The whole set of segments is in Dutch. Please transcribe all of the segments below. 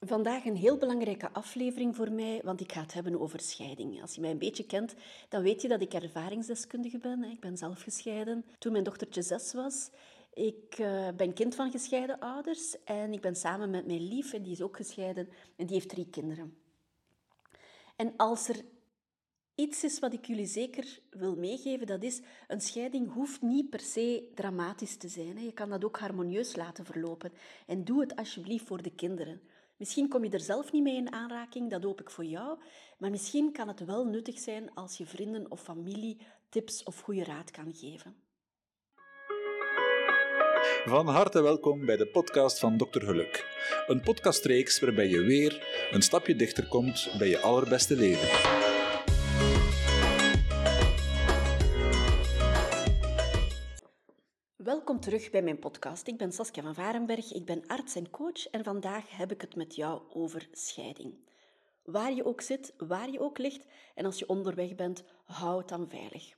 Vandaag een heel belangrijke aflevering voor mij, want ik ga het hebben over scheiding. Als je mij een beetje kent, dan weet je dat ik ervaringsdeskundige ben. Ik ben zelf gescheiden toen mijn dochtertje 6 was. Ik ben kind van gescheiden ouders en ik ben samen met mijn lief, en die is ook gescheiden, en die heeft 3 kinderen. En als er iets is wat ik jullie zeker wil meegeven, dat is, een scheiding hoeft niet per se dramatisch te zijn. Je kan dat ook harmonieus laten verlopen. En doe het alsjeblieft voor de kinderen. Misschien kom je er zelf niet mee in aanraking, dat hoop ik voor jou. Maar misschien kan het wel nuttig zijn als je vrienden of familie tips of goede raad kan geven. Van harte welkom bij de podcast van Dr. Geluk. Een podcastreeks waarbij je weer een stapje dichter komt bij je allerbeste leven. Welkom terug bij mijn podcast. Ik ben Saskia van Varenberg, ik ben arts en coach en vandaag heb ik het met jou over scheiding. Waar je ook zit, waar je ook ligt en als je onderweg bent, hou het dan veilig.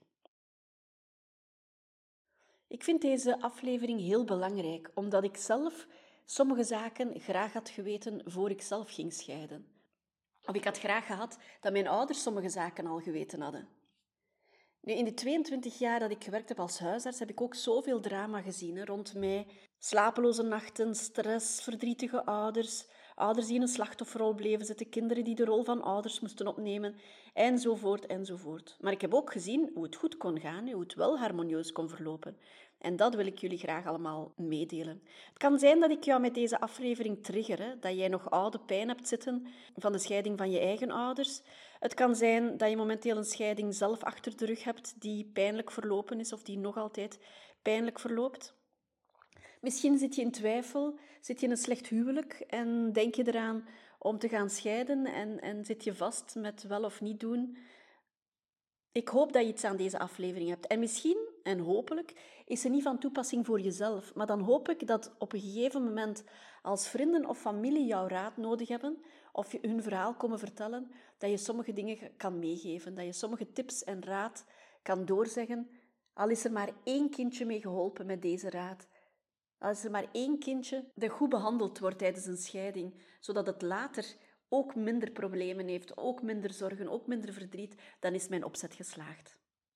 Ik vind deze aflevering heel belangrijk, omdat ik zelf sommige zaken graag had geweten voor ik zelf ging scheiden. Of ik had graag gehad dat mijn ouders sommige zaken al geweten hadden. Nu, in de 22 jaar dat ik gewerkt heb als huisarts, heb ik ook zoveel drama gezien rond mij. Slapeloze nachten, stress, verdrietige ouders, ouders die in een slachtofferrol bleven zitten, kinderen die de rol van ouders moesten opnemen, enzovoort, enzovoort. Maar ik heb ook gezien hoe het goed kon gaan, hoe het wel harmonieus kon verlopen. En dat wil ik jullie graag allemaal meedelen. Het kan zijn dat ik jou met deze aflevering trigger, dat jij nog oude pijn hebt zitten van de scheiding van je eigen ouders. Het kan zijn dat je momenteel een scheiding zelf achter de rug hebt die pijnlijk verlopen is of die nog altijd pijnlijk verloopt. Misschien zit je in twijfel, zit je in een slecht huwelijk en denk je eraan om te gaan scheiden en zit je vast met wel of niet doen. Ik hoop dat je iets aan deze aflevering hebt. En misschien, en hopelijk, is ze niet van toepassing voor jezelf. Maar dan hoop ik dat op een gegeven moment, als vrienden of familie jouw raad nodig hebben, of je hun verhaal komen vertellen, dat je sommige dingen kan meegeven. Dat je sommige tips en raad kan doorzeggen. Al is er maar 1 kindje mee geholpen met deze raad. Als er maar 1 kindje dat goed behandeld wordt tijdens een scheiding, zodat het later ook minder problemen heeft, ook minder zorgen, ook minder verdriet, dan is mijn opzet geslaagd.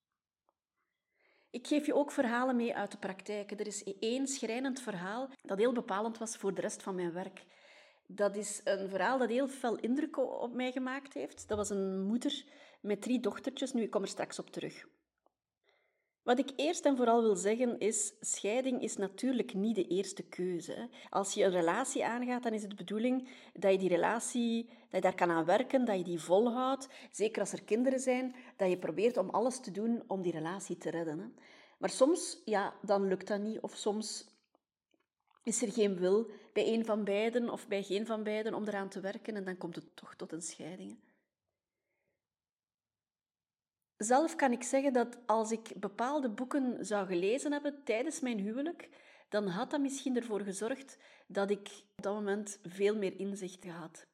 Ik geef je ook verhalen mee uit de praktijk. Er is 1 schrijnend verhaal dat heel bepalend was voor de rest van mijn werk. Dat is een verhaal dat heel veel indruk op mij gemaakt heeft. Dat was een moeder met 3 dochtertjes. Nu, ik kom er straks op terug. Wat ik eerst en vooral wil zeggen is, scheiding is natuurlijk niet de eerste keuze. Als je een relatie aangaat, dan is het de bedoeling dat je die relatie, dat je daar kan aan werken, dat je die volhoudt. Zeker als er kinderen zijn, dat je probeert om alles te doen om die relatie te redden. Maar soms, dan lukt dat niet. Of soms is er geen wil bij een van beiden of bij geen van beiden om eraan te werken en dan komt het toch tot een scheiding. Zelf kan ik zeggen dat als ik bepaalde boeken zou gelezen hebben tijdens mijn huwelijk, dan had dat misschien ervoor gezorgd dat ik op dat moment veel meer inzicht had.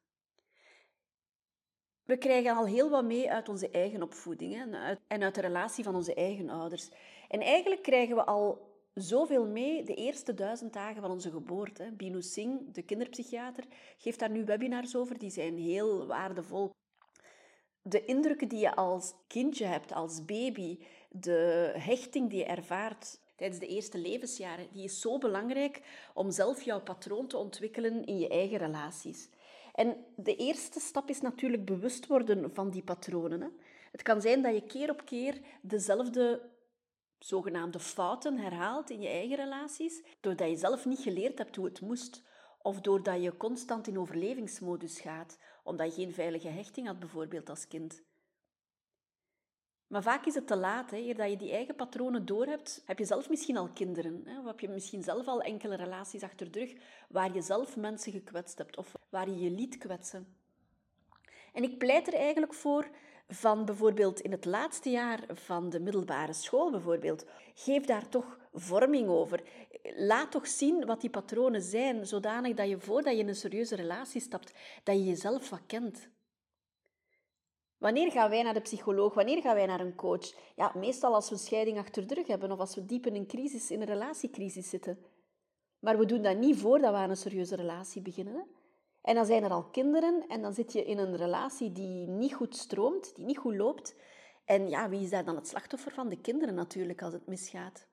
We krijgen al heel wat mee uit onze eigen opvoeding en uit de relatie van onze eigen ouders. En eigenlijk krijgen we al zoveel mee de eerste 1000 dagen van onze geboorte. Binu Singh, de kinderpsychiater, geeft daar nu webinars over, die zijn heel waardevol. De indrukken die je als kindje hebt, als baby, de hechting die je ervaart tijdens de eerste levensjaren, die is zo belangrijk om zelf jouw patroon te ontwikkelen in je eigen relaties. En de eerste stap is natuurlijk bewust worden van die patronen. Het kan zijn dat je keer op keer dezelfde zogenaamde fouten herhaalt in je eigen relaties, doordat je zelf niet geleerd hebt hoe het moest. Of doordat je constant in overlevingsmodus gaat, omdat je geen veilige hechting had bijvoorbeeld als kind. Maar vaak is het te laat. Eer dat je die eigen patronen doorhebt, heb je zelf misschien al kinderen. Of heb je misschien zelf al enkele relaties achter de rug waar je zelf mensen gekwetst hebt of waar je je liet kwetsen. En ik pleit er eigenlijk voor van bijvoorbeeld in het laatste jaar van de middelbare school bijvoorbeeld. Geef daar toch vorming over. Laat toch zien wat die patronen zijn, zodanig dat je voordat je in een serieuze relatie stapt, dat je jezelf wat kent. Wanneer gaan wij naar de psycholoog? Wanneer gaan wij naar een coach? Ja, meestal als we een scheiding achter de rug hebben of als we diep in een relatiecrisis zitten. Maar we doen dat niet voordat we aan een serieuze relatie beginnen. En dan zijn er al kinderen en dan zit je in een relatie die niet goed stroomt, die niet goed loopt. En ja, wie is daar dan het slachtoffer van? De kinderen natuurlijk, als het misgaat.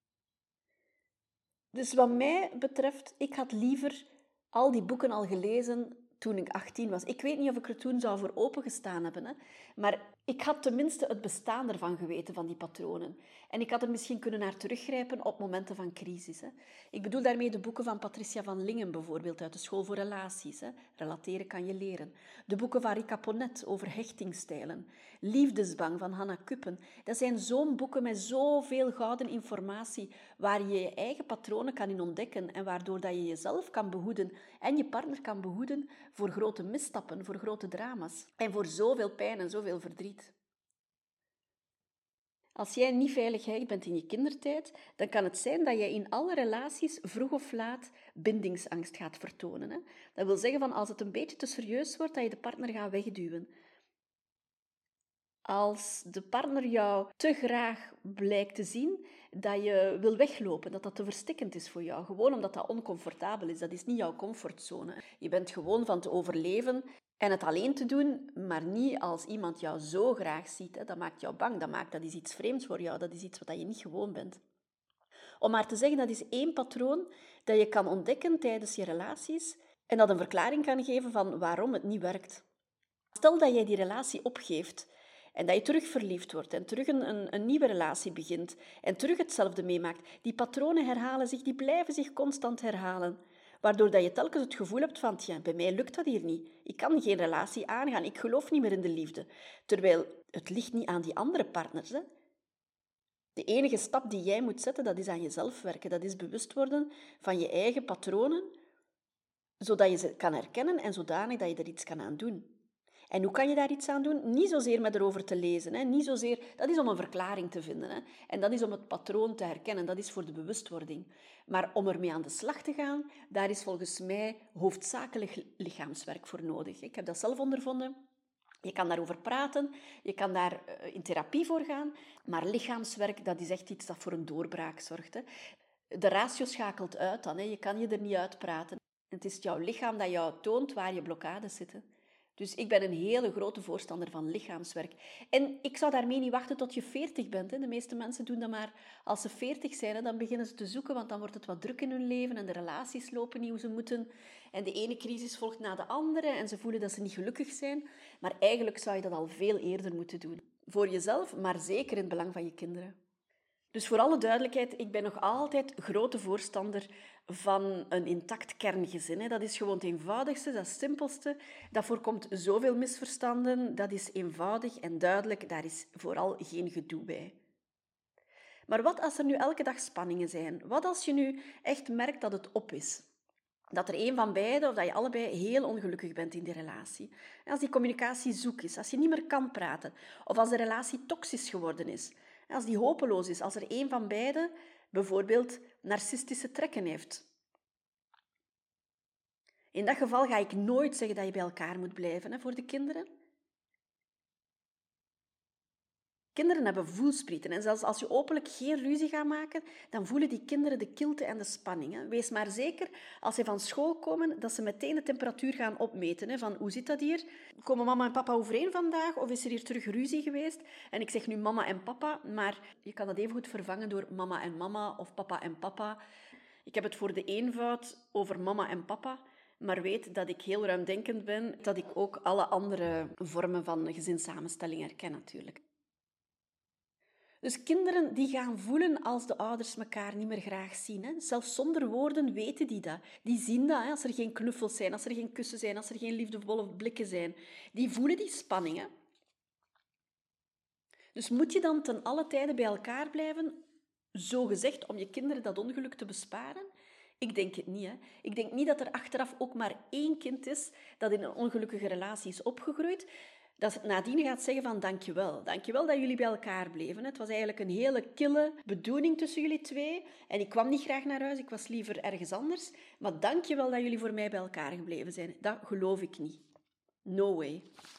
Dus wat mij betreft, ik had liever al die boeken al gelezen toen ik 18 was. Ik weet niet of ik er toen zou voor opengestaan hebben, hè? Maar ik had tenminste het bestaan ervan geweten, van die patronen. En ik had er misschien kunnen naar teruggrijpen op momenten van crisis. Hè? Ik bedoel daarmee de boeken van Patricia van Lingen bijvoorbeeld, uit de School voor Relaties. Hè? Relateren kan je leren. De boeken van Rika Ponet over hechtingsstijlen. Liefdesbang van Hanna Kuppen. Dat zijn zo'n boeken met zoveel gouden informatie, waar je je eigen patronen kan in ontdekken en waardoor dat je jezelf kan behoeden en je partner kan behoeden voor grote misstappen, voor grote drama's en voor zoveel pijn en zoveel verdriet. Als jij niet veilig hecht bent in je kindertijd, dan kan het zijn dat je in alle relaties vroeg of laat bindingsangst gaat vertonen. Hè? Dat wil zeggen, als het een beetje te serieus wordt, dat je de partner gaat wegduwen. Als de partner jou te graag blijkt te zien, dat je wil weglopen, dat dat te verstikkend is voor jou. Gewoon omdat dat oncomfortabel is. Dat is niet jouw comfortzone. Je bent gewoon van te overleven en het alleen te doen, maar niet als iemand jou zo graag ziet. Hè. Dat maakt jou bang. Dat is iets vreemds voor jou. Dat is iets wat je niet gewoon bent. Om maar te zeggen, dat is één patroon dat je kan ontdekken tijdens je relaties en dat een verklaring kan geven van waarom het niet werkt. Stel dat jij die relatie opgeeft en dat je terug verliefd wordt en terug een nieuwe relatie begint en terug hetzelfde meemaakt. Die patronen herhalen zich, die blijven zich constant herhalen. Waardoor dat je telkens het gevoel hebt van, ja, bij mij lukt dat hier niet. Ik kan geen relatie aangaan, ik geloof niet meer in de liefde. Terwijl het ligt niet aan die andere partners. Hè. De enige stap die jij moet zetten, dat is aan jezelf werken. Dat is bewust worden van je eigen patronen, zodat je ze kan herkennen en zodanig dat je er iets kan aan doen. En hoe kan je daar iets aan doen? Niet zozeer met erover te lezen. Hè? Niet zozeer, dat is om een verklaring te vinden. Hè? En dat is om het patroon te herkennen. Dat is voor de bewustwording. Maar om ermee aan de slag te gaan, daar is volgens mij hoofdzakelijk lichaamswerk voor nodig. Ik heb dat zelf ondervonden. Je kan daarover praten, je kan daar in therapie voor gaan. Maar lichaamswerk, dat is echt iets dat voor een doorbraak zorgt. Hè? De ratio schakelt uit dan. Hè? Je kan je er niet uitpraten. Het is jouw lichaam dat jou toont waar je blokkades zitten. Dus ik ben een hele grote voorstander van lichaamswerk. En ik zou daarmee niet wachten tot je 40 bent. Hè. De meeste mensen doen dat maar als ze 40 zijn. Hè. Dan beginnen ze te zoeken, want dan wordt het wat druk in hun leven en de relaties lopen niet hoe ze moeten. En de ene crisis volgt na de andere en ze voelen dat ze niet gelukkig zijn. Maar eigenlijk zou je dat al veel eerder moeten doen. Voor jezelf, maar zeker in het belang van je kinderen. Dus voor alle duidelijkheid, ik ben nog altijd grote voorstander van een intact kerngezin. Dat is gewoon het eenvoudigste, dat is het simpelste. Dat voorkomt zoveel misverstanden. Dat is eenvoudig en duidelijk. Daar is vooral geen gedoe bij. Maar wat als er nu elke dag spanningen zijn? Wat als je nu echt merkt dat het op is? Dat er een van beiden of dat je allebei heel ongelukkig bent in die relatie. En als die communicatie zoek is, als je niet meer kan praten, of als de relatie toxisch geworden is, als die hopeloos is, als er een van beiden bijvoorbeeld narcistische trekken heeft. In dat geval ga ik nooit zeggen dat je bij elkaar moet blijven voor de kinderen. Kinderen hebben voelsprieten en zelfs als je openlijk geen ruzie gaat maken, dan voelen die kinderen de kilte en de spanning. Wees maar zeker, als ze van school komen, dat ze meteen de temperatuur gaan opmeten. Van hoe zit dat hier? Komen mama en papa overeen vandaag of is er hier terug ruzie geweest? En ik zeg nu mama en papa, maar je kan dat even goed vervangen door mama en mama of papa en papa. Ik heb het voor de eenvoud over mama en papa, maar weet dat ik heel ruimdenkend ben, dat ik ook alle andere vormen van gezinssamenstelling herken natuurlijk. Dus kinderen die gaan voelen als de ouders elkaar niet meer graag zien. Hè. Zelfs zonder woorden weten die dat. Die zien dat, hè, als er geen knuffels zijn, als er geen kussen zijn, als er geen liefdevolle blikken zijn. Die voelen die spanningen. Dus moet je dan ten alle tijde bij elkaar blijven, zogezegd om je kinderen dat ongeluk te besparen? Ik denk het niet. Hè. Ik denk niet dat er achteraf ook maar één kind is dat in een ongelukkige relatie is opgegroeid, dat het nadien gaat zeggen van dankjewel. Dankjewel dat jullie bij elkaar bleven. Het was eigenlijk een hele kille bedoeling tussen jullie twee. En ik kwam niet graag naar huis, ik was liever ergens anders. Maar dankjewel dat jullie voor mij bij elkaar gebleven zijn. Dat geloof ik niet. No way.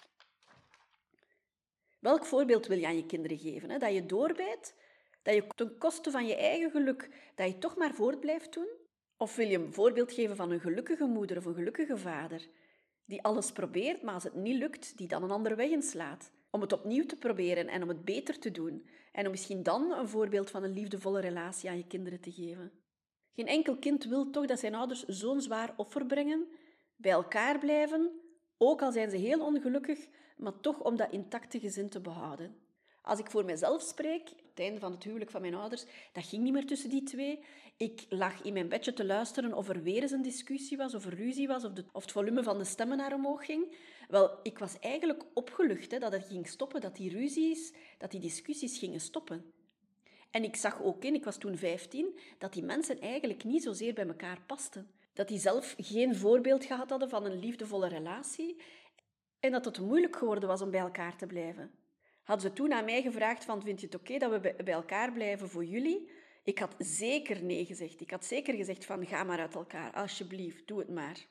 Welk voorbeeld wil je aan je kinderen geven? Dat je doorbijt? Dat je ten koste van je eigen geluk, dat je toch maar voort blijft doen? Of wil je een voorbeeld geven van een gelukkige moeder of een gelukkige vader? Die alles probeert, maar als het niet lukt, die dan een andere weg inslaat. Om het opnieuw te proberen en om het beter te doen. En om misschien dan een voorbeeld van een liefdevolle relatie aan je kinderen te geven. Geen enkel kind wil toch dat zijn ouders zo'n zwaar offer brengen, bij elkaar blijven, ook al zijn ze heel ongelukkig, maar toch om dat intacte gezin te behouden. Als ik voor mezelf spreek, het einde van het huwelijk van mijn ouders, dat ging niet meer tussen die twee. Ik lag in mijn bedje te luisteren of er weer eens een discussie was, of er ruzie was, of het volume van de stemmen naar omhoog ging. Wel, ik was eigenlijk opgelucht dat het ging stoppen, dat die ruzies, dat die discussies gingen stoppen. En ik zag ook in, ik was toen 15, dat die mensen eigenlijk niet zozeer bij elkaar pasten. Dat die zelf geen voorbeeld gehad hadden van een liefdevolle relatie en dat het moeilijk geworden was om bij elkaar te blijven. Hadden ze toen aan mij gevraagd van, vind je het oké dat we bij elkaar blijven voor jullie? Ik had zeker nee gezegd. Ik had zeker gezegd van, ga maar uit elkaar, alsjeblieft, doe het maar.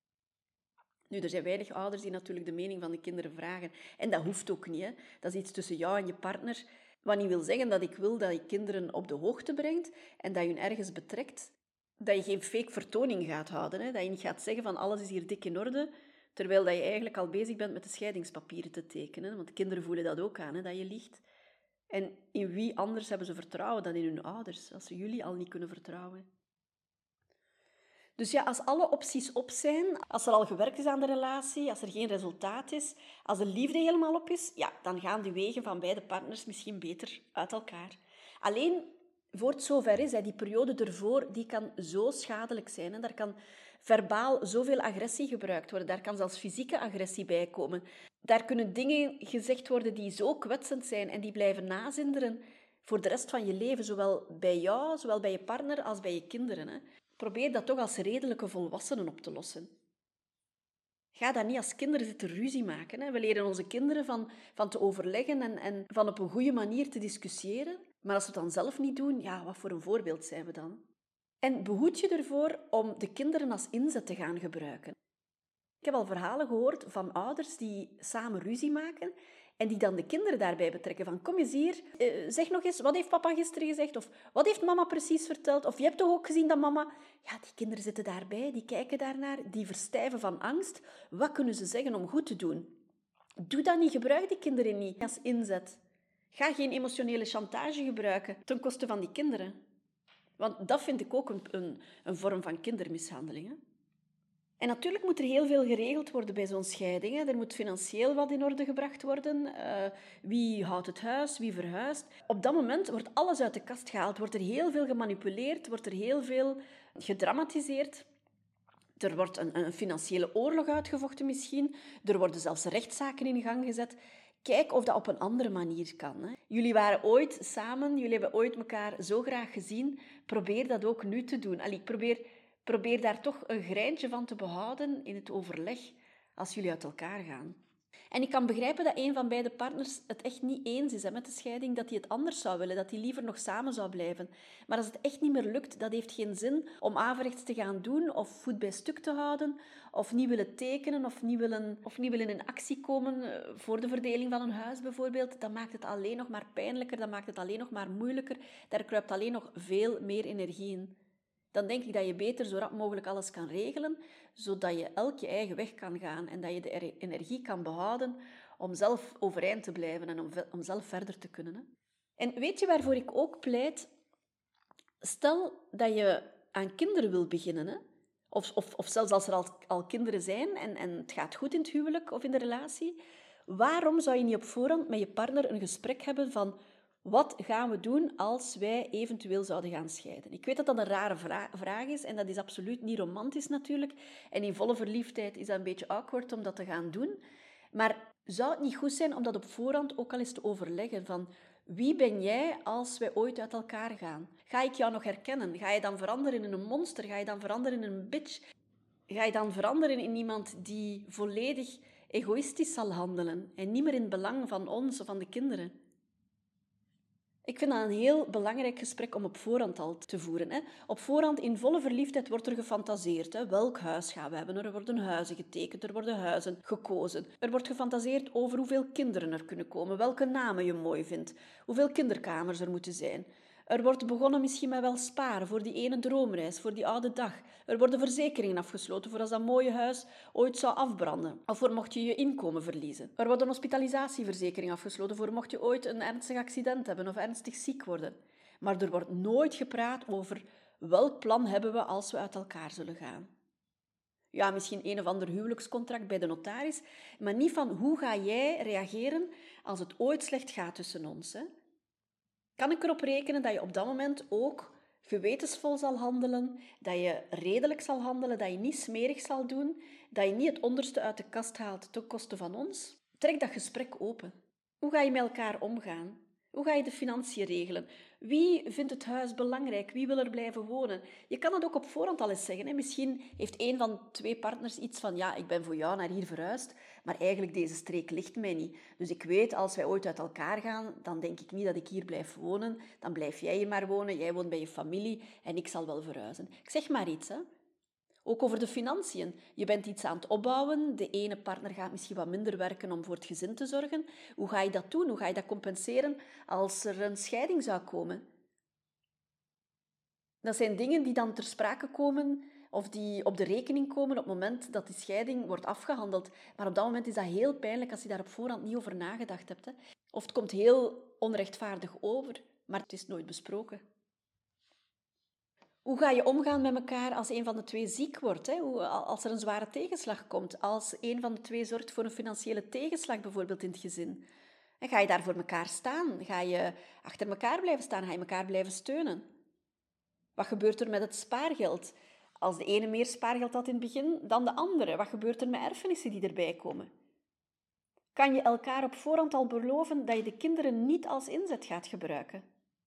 Nu, er zijn weinig ouders die natuurlijk de mening van de kinderen vragen. En dat hoeft ook niet, hè. Dat is iets tussen jou en je partner. Wat niet wil zeggen dat ik wil dat je kinderen op de hoogte brengt en dat je hun ergens betrekt. Dat je geen fake vertoning gaat houden. Hè. Dat je niet gaat zeggen van, alles is hier dik in orde, terwijl dat je eigenlijk al bezig bent met de scheidingspapieren te tekenen. Want de kinderen voelen dat ook aan, hè, dat je liegt. En in wie anders hebben ze vertrouwen dan in hun ouders, als ze jullie al niet kunnen vertrouwen? Dus ja, als alle opties op zijn, als er al gewerkt is aan de relatie, als er geen resultaat is, als de liefde helemaal op is, ja, dan gaan de wegen van beide partners misschien beter uit elkaar. Alleen, voor het zover is, die periode ervoor, die kan zo schadelijk zijn. Hè. Daar kan verbaal zoveel agressie gebruikt worden. Daar kan zelfs fysieke agressie bij komen. Daar kunnen dingen gezegd worden die zo kwetsend zijn en die blijven nazinderen voor de rest van je leven, zowel bij jou, zowel bij je partner als bij je kinderen. Hè. Probeer dat toch als redelijke volwassenen op te lossen. Ga dat niet als kinderen zitten ruzie maken. Hè. We leren onze kinderen van te overleggen en van op een goede manier te discussiëren. Maar als we het dan zelf niet doen, ja, wat voor een voorbeeld zijn we dan? En behoed je ervoor om de kinderen als inzet te gaan gebruiken. Ik heb al verhalen gehoord van ouders die samen ruzie maken en die dan de kinderen daarbij betrekken. Van, kom eens hier, zeg nog eens, wat heeft papa gisteren gezegd? Of wat heeft mama precies verteld? Of je hebt toch ook gezien dat mama... Ja, die kinderen zitten daarbij, die kijken daarnaar, die verstijven van angst. Wat kunnen ze zeggen om goed te doen? Doe dat niet, gebruik die kinderen niet als inzet. Ga geen emotionele chantage gebruiken ten koste van die kinderen. Want dat vind ik ook een vorm van kindermishandeling. Hè? En natuurlijk moet er heel veel geregeld worden bij zo'n scheiding. Hè. Er moet financieel wat in orde gebracht worden. Wie houdt het huis, wie verhuist. Op dat moment wordt alles uit de kast gehaald. Wordt er heel veel gemanipuleerd, wordt er heel veel gedramatiseerd. Er wordt een financiële oorlog uitgevochten misschien. Er worden zelfs rechtszaken in gang gezet. Kijk of dat op een andere manier kan. Hè. Jullie waren ooit samen, jullie hebben ooit elkaar zo graag gezien. Probeer dat ook nu te doen. Allee, probeer daar toch een greintje van te behouden in het overleg als jullie uit elkaar gaan. En ik kan begrijpen dat een van beide partners het echt niet eens is met de scheiding, dat hij het anders zou willen, dat hij liever nog samen zou blijven. Maar als het echt niet meer lukt, dat heeft geen zin om averechts te gaan doen of voet bij stuk te houden of niet willen tekenen of niet willen in actie komen voor de verdeling van een huis bijvoorbeeld. Dat maakt het alleen nog maar pijnlijker, dat maakt het alleen nog maar moeilijker. Daar kruipt alleen nog veel meer energie in. Dan denk ik dat je beter zo rap mogelijk alles kan regelen, zodat je elk je eigen weg kan gaan en dat je de energie kan behouden om zelf overeind te blijven en om zelf verder te kunnen. Hè. En weet je waarvoor ik ook pleit? Stel dat je aan kinderen wil beginnen, hè? Of zelfs als er al kinderen zijn en het gaat goed in het huwelijk of in de relatie, waarom zou je niet op voorhand met je partner een gesprek hebben van... Wat gaan we doen als wij eventueel zouden gaan scheiden? Ik weet dat dat een rare vraag is en dat is absoluut niet romantisch natuurlijk. En in volle verliefdheid is dat een beetje awkward om dat te gaan doen. Maar zou het niet goed zijn om dat op voorhand ook al eens te overleggen van... Wie ben jij als wij ooit uit elkaar gaan? Ga ik jou nog herkennen? Ga je dan veranderen in een monster? Ga je dan veranderen in een bitch? Ga je dan veranderen in iemand die volledig egoïstisch zal handelen en niet meer in het belang van ons of van de kinderen? Ik vind dat een heel belangrijk gesprek om op voorhand al te voeren. Hè. Op voorhand, in volle verliefdheid, wordt er gefantaseerd. Hè. Welk huis gaan we hebben? Er worden huizen getekend, er worden huizen gekozen. Er wordt gefantaseerd over hoeveel kinderen er kunnen komen, welke namen je mooi vindt, hoeveel kinderkamers er moeten zijn, Er wordt begonnen misschien met wel sparen voor die ene droomreis, voor die oude dag. Er worden verzekeringen afgesloten voor als dat mooie huis ooit zou afbranden. Of voor mocht je je inkomen verliezen. Er wordt een hospitalisatieverzekering afgesloten voor mocht je ooit een ernstig accident hebben of ernstig ziek worden. Maar er wordt nooit gepraat over welk plan hebben we als we uit elkaar zullen gaan. Ja, misschien een of ander huwelijkscontract bij de notaris, maar niet van hoe ga jij reageren als het ooit slecht gaat tussen ons, hè? Kan ik erop rekenen dat je op dat moment ook gewetensvol zal handelen, dat je redelijk zal handelen, dat je niet smerig zal doen, dat je niet het onderste uit de kast haalt ten koste van ons? Trek dat gesprek open. Hoe ga je met elkaar omgaan? Hoe ga je de financiën regelen? Wie vindt het huis belangrijk? Wie wil er blijven wonen? Je kan het ook op voorhand al eens zeggen. Hè? Misschien heeft een van twee partners iets van ja, ik ben voor jou naar hier verhuisd, maar eigenlijk deze streek ligt mij niet. Dus ik weet, als wij ooit uit elkaar gaan, dan denk ik niet dat ik hier blijf wonen. Dan blijf jij hier maar wonen, jij woont bij je familie en ik zal wel verhuizen. Ik zeg maar iets, hè. Ook over de financiën. Je bent iets aan het opbouwen. De ene partner gaat misschien wat minder werken om voor het gezin te zorgen. Hoe ga je dat doen? Hoe ga je dat compenseren als er een scheiding zou komen? Dat zijn dingen die dan ter sprake komen of die op de rekening komen op het moment dat die scheiding wordt afgehandeld. Maar op dat moment is dat heel pijnlijk als je daar op voorhand niet over nagedacht hebt. Hè. Of het komt heel onrechtvaardig over, maar het is nooit besproken. Hoe ga je omgaan met elkaar als een van de twee ziek wordt? Hè? Als er een zware tegenslag komt, als een van de twee zorgt voor een financiële tegenslag bijvoorbeeld in het gezin. En ga je daar voor elkaar staan? Ga je achter elkaar blijven staan? Ga je elkaar blijven steunen? Wat gebeurt er met het spaargeld? Als de ene meer spaargeld had in het begin dan de andere, wat gebeurt er met erfenissen die erbij komen? Kan je elkaar op voorhand al beloven dat je de kinderen niet als inzet gaat gebruiken?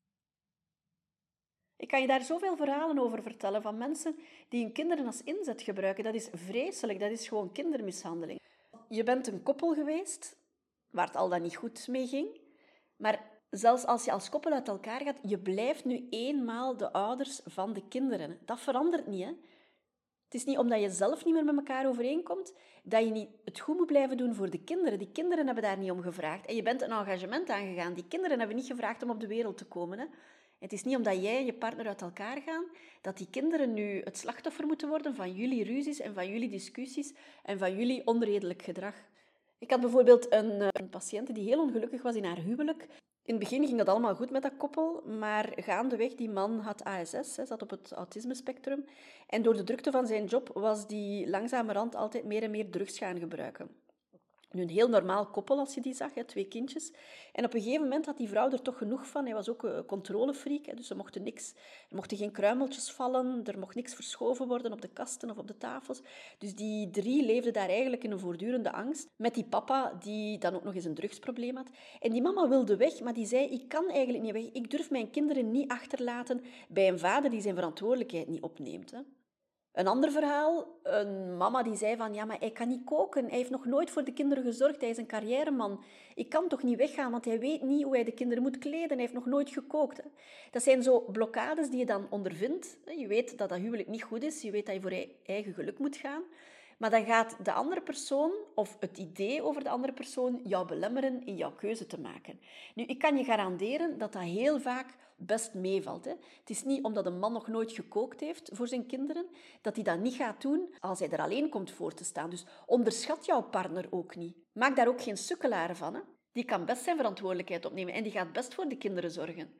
Ik kan je daar zoveel verhalen over vertellen van mensen die hun kinderen als inzet gebruiken. Dat is vreselijk, dat is gewoon kindermishandeling. Je bent een koppel geweest waar het al dan niet goed mee ging, maar zelfs als je als koppel uit elkaar gaat, je blijft nu eenmaal de ouders van de kinderen. Dat verandert niet, hè? Het is niet omdat je zelf niet meer met elkaar overeenkomt, dat je niet het goed moet blijven doen voor de kinderen. Die kinderen hebben daar niet om gevraagd. En je bent een engagement aangegaan. Die kinderen hebben niet gevraagd om op de wereld te komen, hè? Het is niet omdat jij en je partner uit elkaar gaan, dat die kinderen nu het slachtoffer moeten worden van jullie ruzies en van jullie discussies en van jullie onredelijk gedrag. Ik had bijvoorbeeld een patiënt die heel ongelukkig was in haar huwelijk. In het begin ging dat allemaal goed met dat koppel, maar gaandeweg, die man had ASS, zat op het autismespectrum. En door de drukte van zijn job was die langzamerhand altijd meer en meer drugs gaan gebruiken. Nu, een heel normaal koppel als je die zag, 2 kindjes. En op een gegeven moment had die vrouw er toch genoeg van. Hij was ook een controlefreak, dus er mochten geen kruimeltjes vallen, er mocht niks verschoven worden op de kasten of op de tafels. Dus die 3 leefden daar eigenlijk in een voortdurende angst. Met die papa, die dan ook nog eens een drugsprobleem had. En die mama wilde weg, maar die zei, ik kan eigenlijk niet weg. Ik durf mijn kinderen niet achterlaten bij een vader die zijn verantwoordelijkheid niet opneemt, hè. Een ander verhaal, een mama die zei van, ja, maar hij kan niet koken. Hij heeft nog nooit voor de kinderen gezorgd. Hij is een carrièreman. Ik kan toch niet weggaan, want hij weet niet hoe hij de kinderen moet kleden. Hij heeft nog nooit gekookt. Hè. Dat zijn zo blokkades die je dan ondervindt. Je weet dat dat huwelijk niet goed is. Je weet dat je voor je eigen geluk moet gaan. Maar dan gaat de andere persoon, of het idee over de andere persoon, jou belemmeren in jouw keuze te maken. Nu, ik kan je garanderen dat dat heel vaak best meevalt. Hè. Het is niet omdat een man nog nooit gekookt heeft voor zijn kinderen, dat hij dat niet gaat doen als hij er alleen komt voor te staan. Dus onderschat jouw partner ook niet. Maak daar ook geen sukkelaar van. Hè. Die kan best zijn verantwoordelijkheid opnemen en die gaat best voor de kinderen zorgen.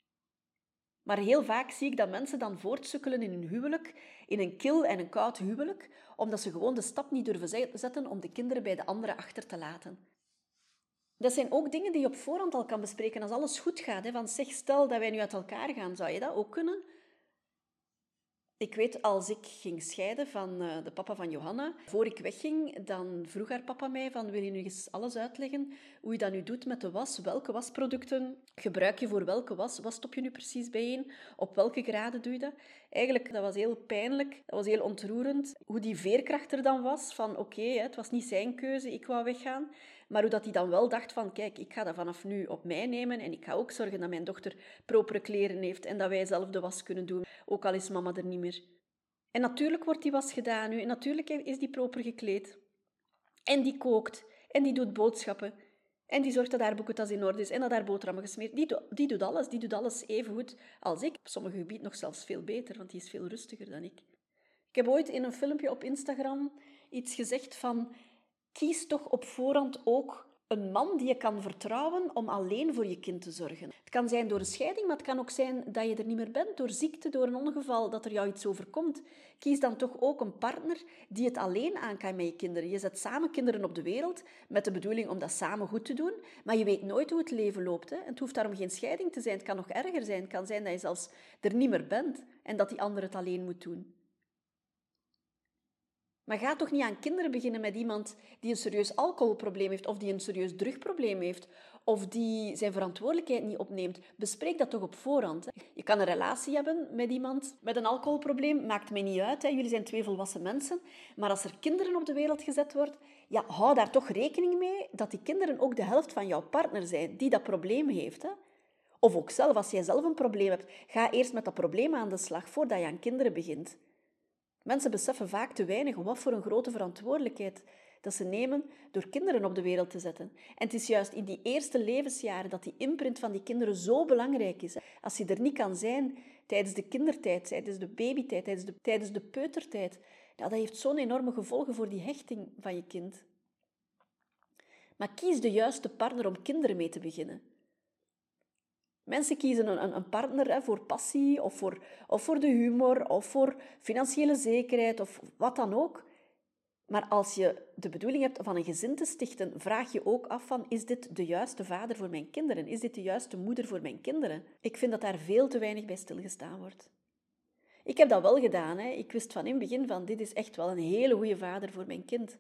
Maar heel vaak zie ik dat mensen dan voortsukkelen in hun huwelijk, in een kil en een koud huwelijk, omdat ze gewoon de stap niet durven zetten om de kinderen bij de anderen achter te laten. Dat zijn ook dingen die je op voorhand al kan bespreken als alles goed gaat. Hè? Van zeg, stel dat wij nu uit elkaar gaan, zou je dat ook kunnen? Ik weet, als ik ging scheiden van de papa van Johanna, voor ik wegging, dan vroeg haar papa mij van, wil je nu eens alles uitleggen hoe je dat nu doet met de was? Welke wasproducten gebruik je voor welke was? Wat stop je nu precies bijeen? Op welke graden doe je dat? Eigenlijk, dat was heel pijnlijk, dat was heel ontroerend. Hoe die veerkracht er dan was van, oké, het was niet zijn keuze, ik wou weggaan. Maar hoe dat hij dan wel dacht van, kijk, ik ga dat vanaf nu op mij nemen en ik ga ook zorgen dat mijn dochter propere kleren heeft en dat wij zelf de was kunnen doen, ook al is mama er niet meer. En natuurlijk wordt die was gedaan nu en natuurlijk is die proper gekleed. En die kookt en die doet boodschappen. En die zorgt dat haar boekentas in orde is en dat haar boterhammen gesmeerd. Die doet alles even goed als ik. Op sommige gebieden nog zelfs veel beter, want die is veel rustiger dan ik. Ik heb ooit in een filmpje op Instagram iets gezegd van... Kies toch op voorhand ook een man die je kan vertrouwen om alleen voor je kind te zorgen. Het kan zijn door een scheiding, maar het kan ook zijn dat je er niet meer bent, door ziekte, door een ongeval, dat er jou iets overkomt. Kies dan toch ook een partner die het alleen aan kan met je kinderen. Je zet samen kinderen op de wereld met de bedoeling om dat samen goed te doen, maar je weet nooit hoe het leven loopt. Hè? En het hoeft daarom geen scheiding te zijn, het kan nog erger zijn. Het kan zijn dat je zelfs er niet meer bent en dat die ander het alleen moet doen. Maar ga toch niet aan kinderen beginnen met iemand die een serieus alcoholprobleem heeft, of die een serieus drugprobleem heeft, of die zijn verantwoordelijkheid niet opneemt. Bespreek dat toch op voorhand. Hè. Je kan een relatie hebben met iemand met een alcoholprobleem, maakt mij niet uit. Hè. Jullie zijn 2 volwassen mensen. Maar als er kinderen op de wereld gezet worden, ja, hou daar toch rekening mee dat die kinderen ook de helft van jouw partner zijn die dat probleem heeft. Hè. Of ook zelf, als jij zelf een probleem hebt, ga eerst met dat probleem aan de slag voordat je aan kinderen begint. Mensen beseffen vaak te weinig wat voor een grote verantwoordelijkheid dat ze nemen door kinderen op de wereld te zetten. En het is juist in die eerste levensjaren dat die imprint van die kinderen zo belangrijk is. Als je er niet kan zijn tijdens de kindertijd, tijdens de babytijd, tijdens de peutertijd, dat heeft zo'n enorme gevolgen voor die hechting van je kind. Maar kies de juiste partner om kinderen mee te beginnen. Mensen kiezen een partner voor passie, of voor de humor, of voor financiële zekerheid, of wat dan ook. Maar als je de bedoeling hebt van een gezin te stichten, vraag je ook af van, is dit de juiste vader voor mijn kinderen? Is dit de juiste moeder voor mijn kinderen? Ik vind dat daar veel te weinig bij stilgestaan wordt. Ik heb dat wel gedaan. Hè. Ik wist van in het begin van, dit is echt wel een hele goede vader voor mijn kind.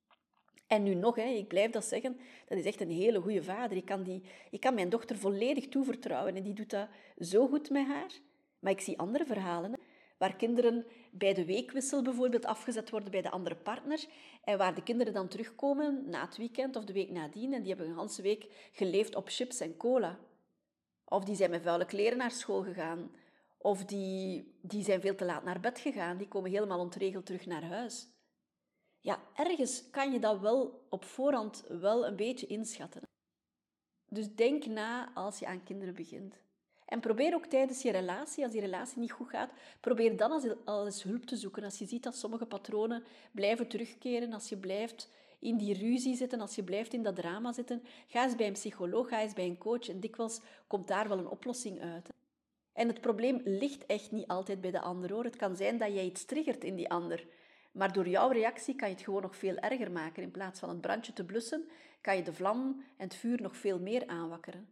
En nu nog, ik blijf dat zeggen, dat is echt een hele goede vader. Ik kan mijn dochter volledig toevertrouwen en die doet dat zo goed met haar. Maar ik zie andere verhalen, waar kinderen bij de weekwissel bijvoorbeeld afgezet worden bij de andere partner en waar de kinderen dan terugkomen na het weekend of de week nadien en die hebben een hele week geleefd op chips en cola. Of die zijn met vuile kleren naar school gegaan. Of die zijn veel te laat naar bed gegaan. Die komen helemaal ontregeld terug naar huis. Ja, ergens kan je dat wel op voorhand wel een beetje inschatten. Dus denk na als je aan kinderen begint. En probeer ook tijdens je relatie, als die relatie niet goed gaat, probeer dan al eens hulp te zoeken. Als je ziet dat sommige patronen blijven terugkeren, als je blijft in die ruzie zitten, als je blijft in dat drama zitten, ga eens bij een psycholoog, ga eens bij een coach en dikwijls komt daar wel een oplossing uit. En het probleem ligt echt niet altijd bij de ander, hoor. Het kan zijn dat jij iets triggert in die ander. Maar door jouw reactie kan je het gewoon nog veel erger maken. In plaats van het brandje te blussen, kan je de vlam en het vuur nog veel meer aanwakkeren.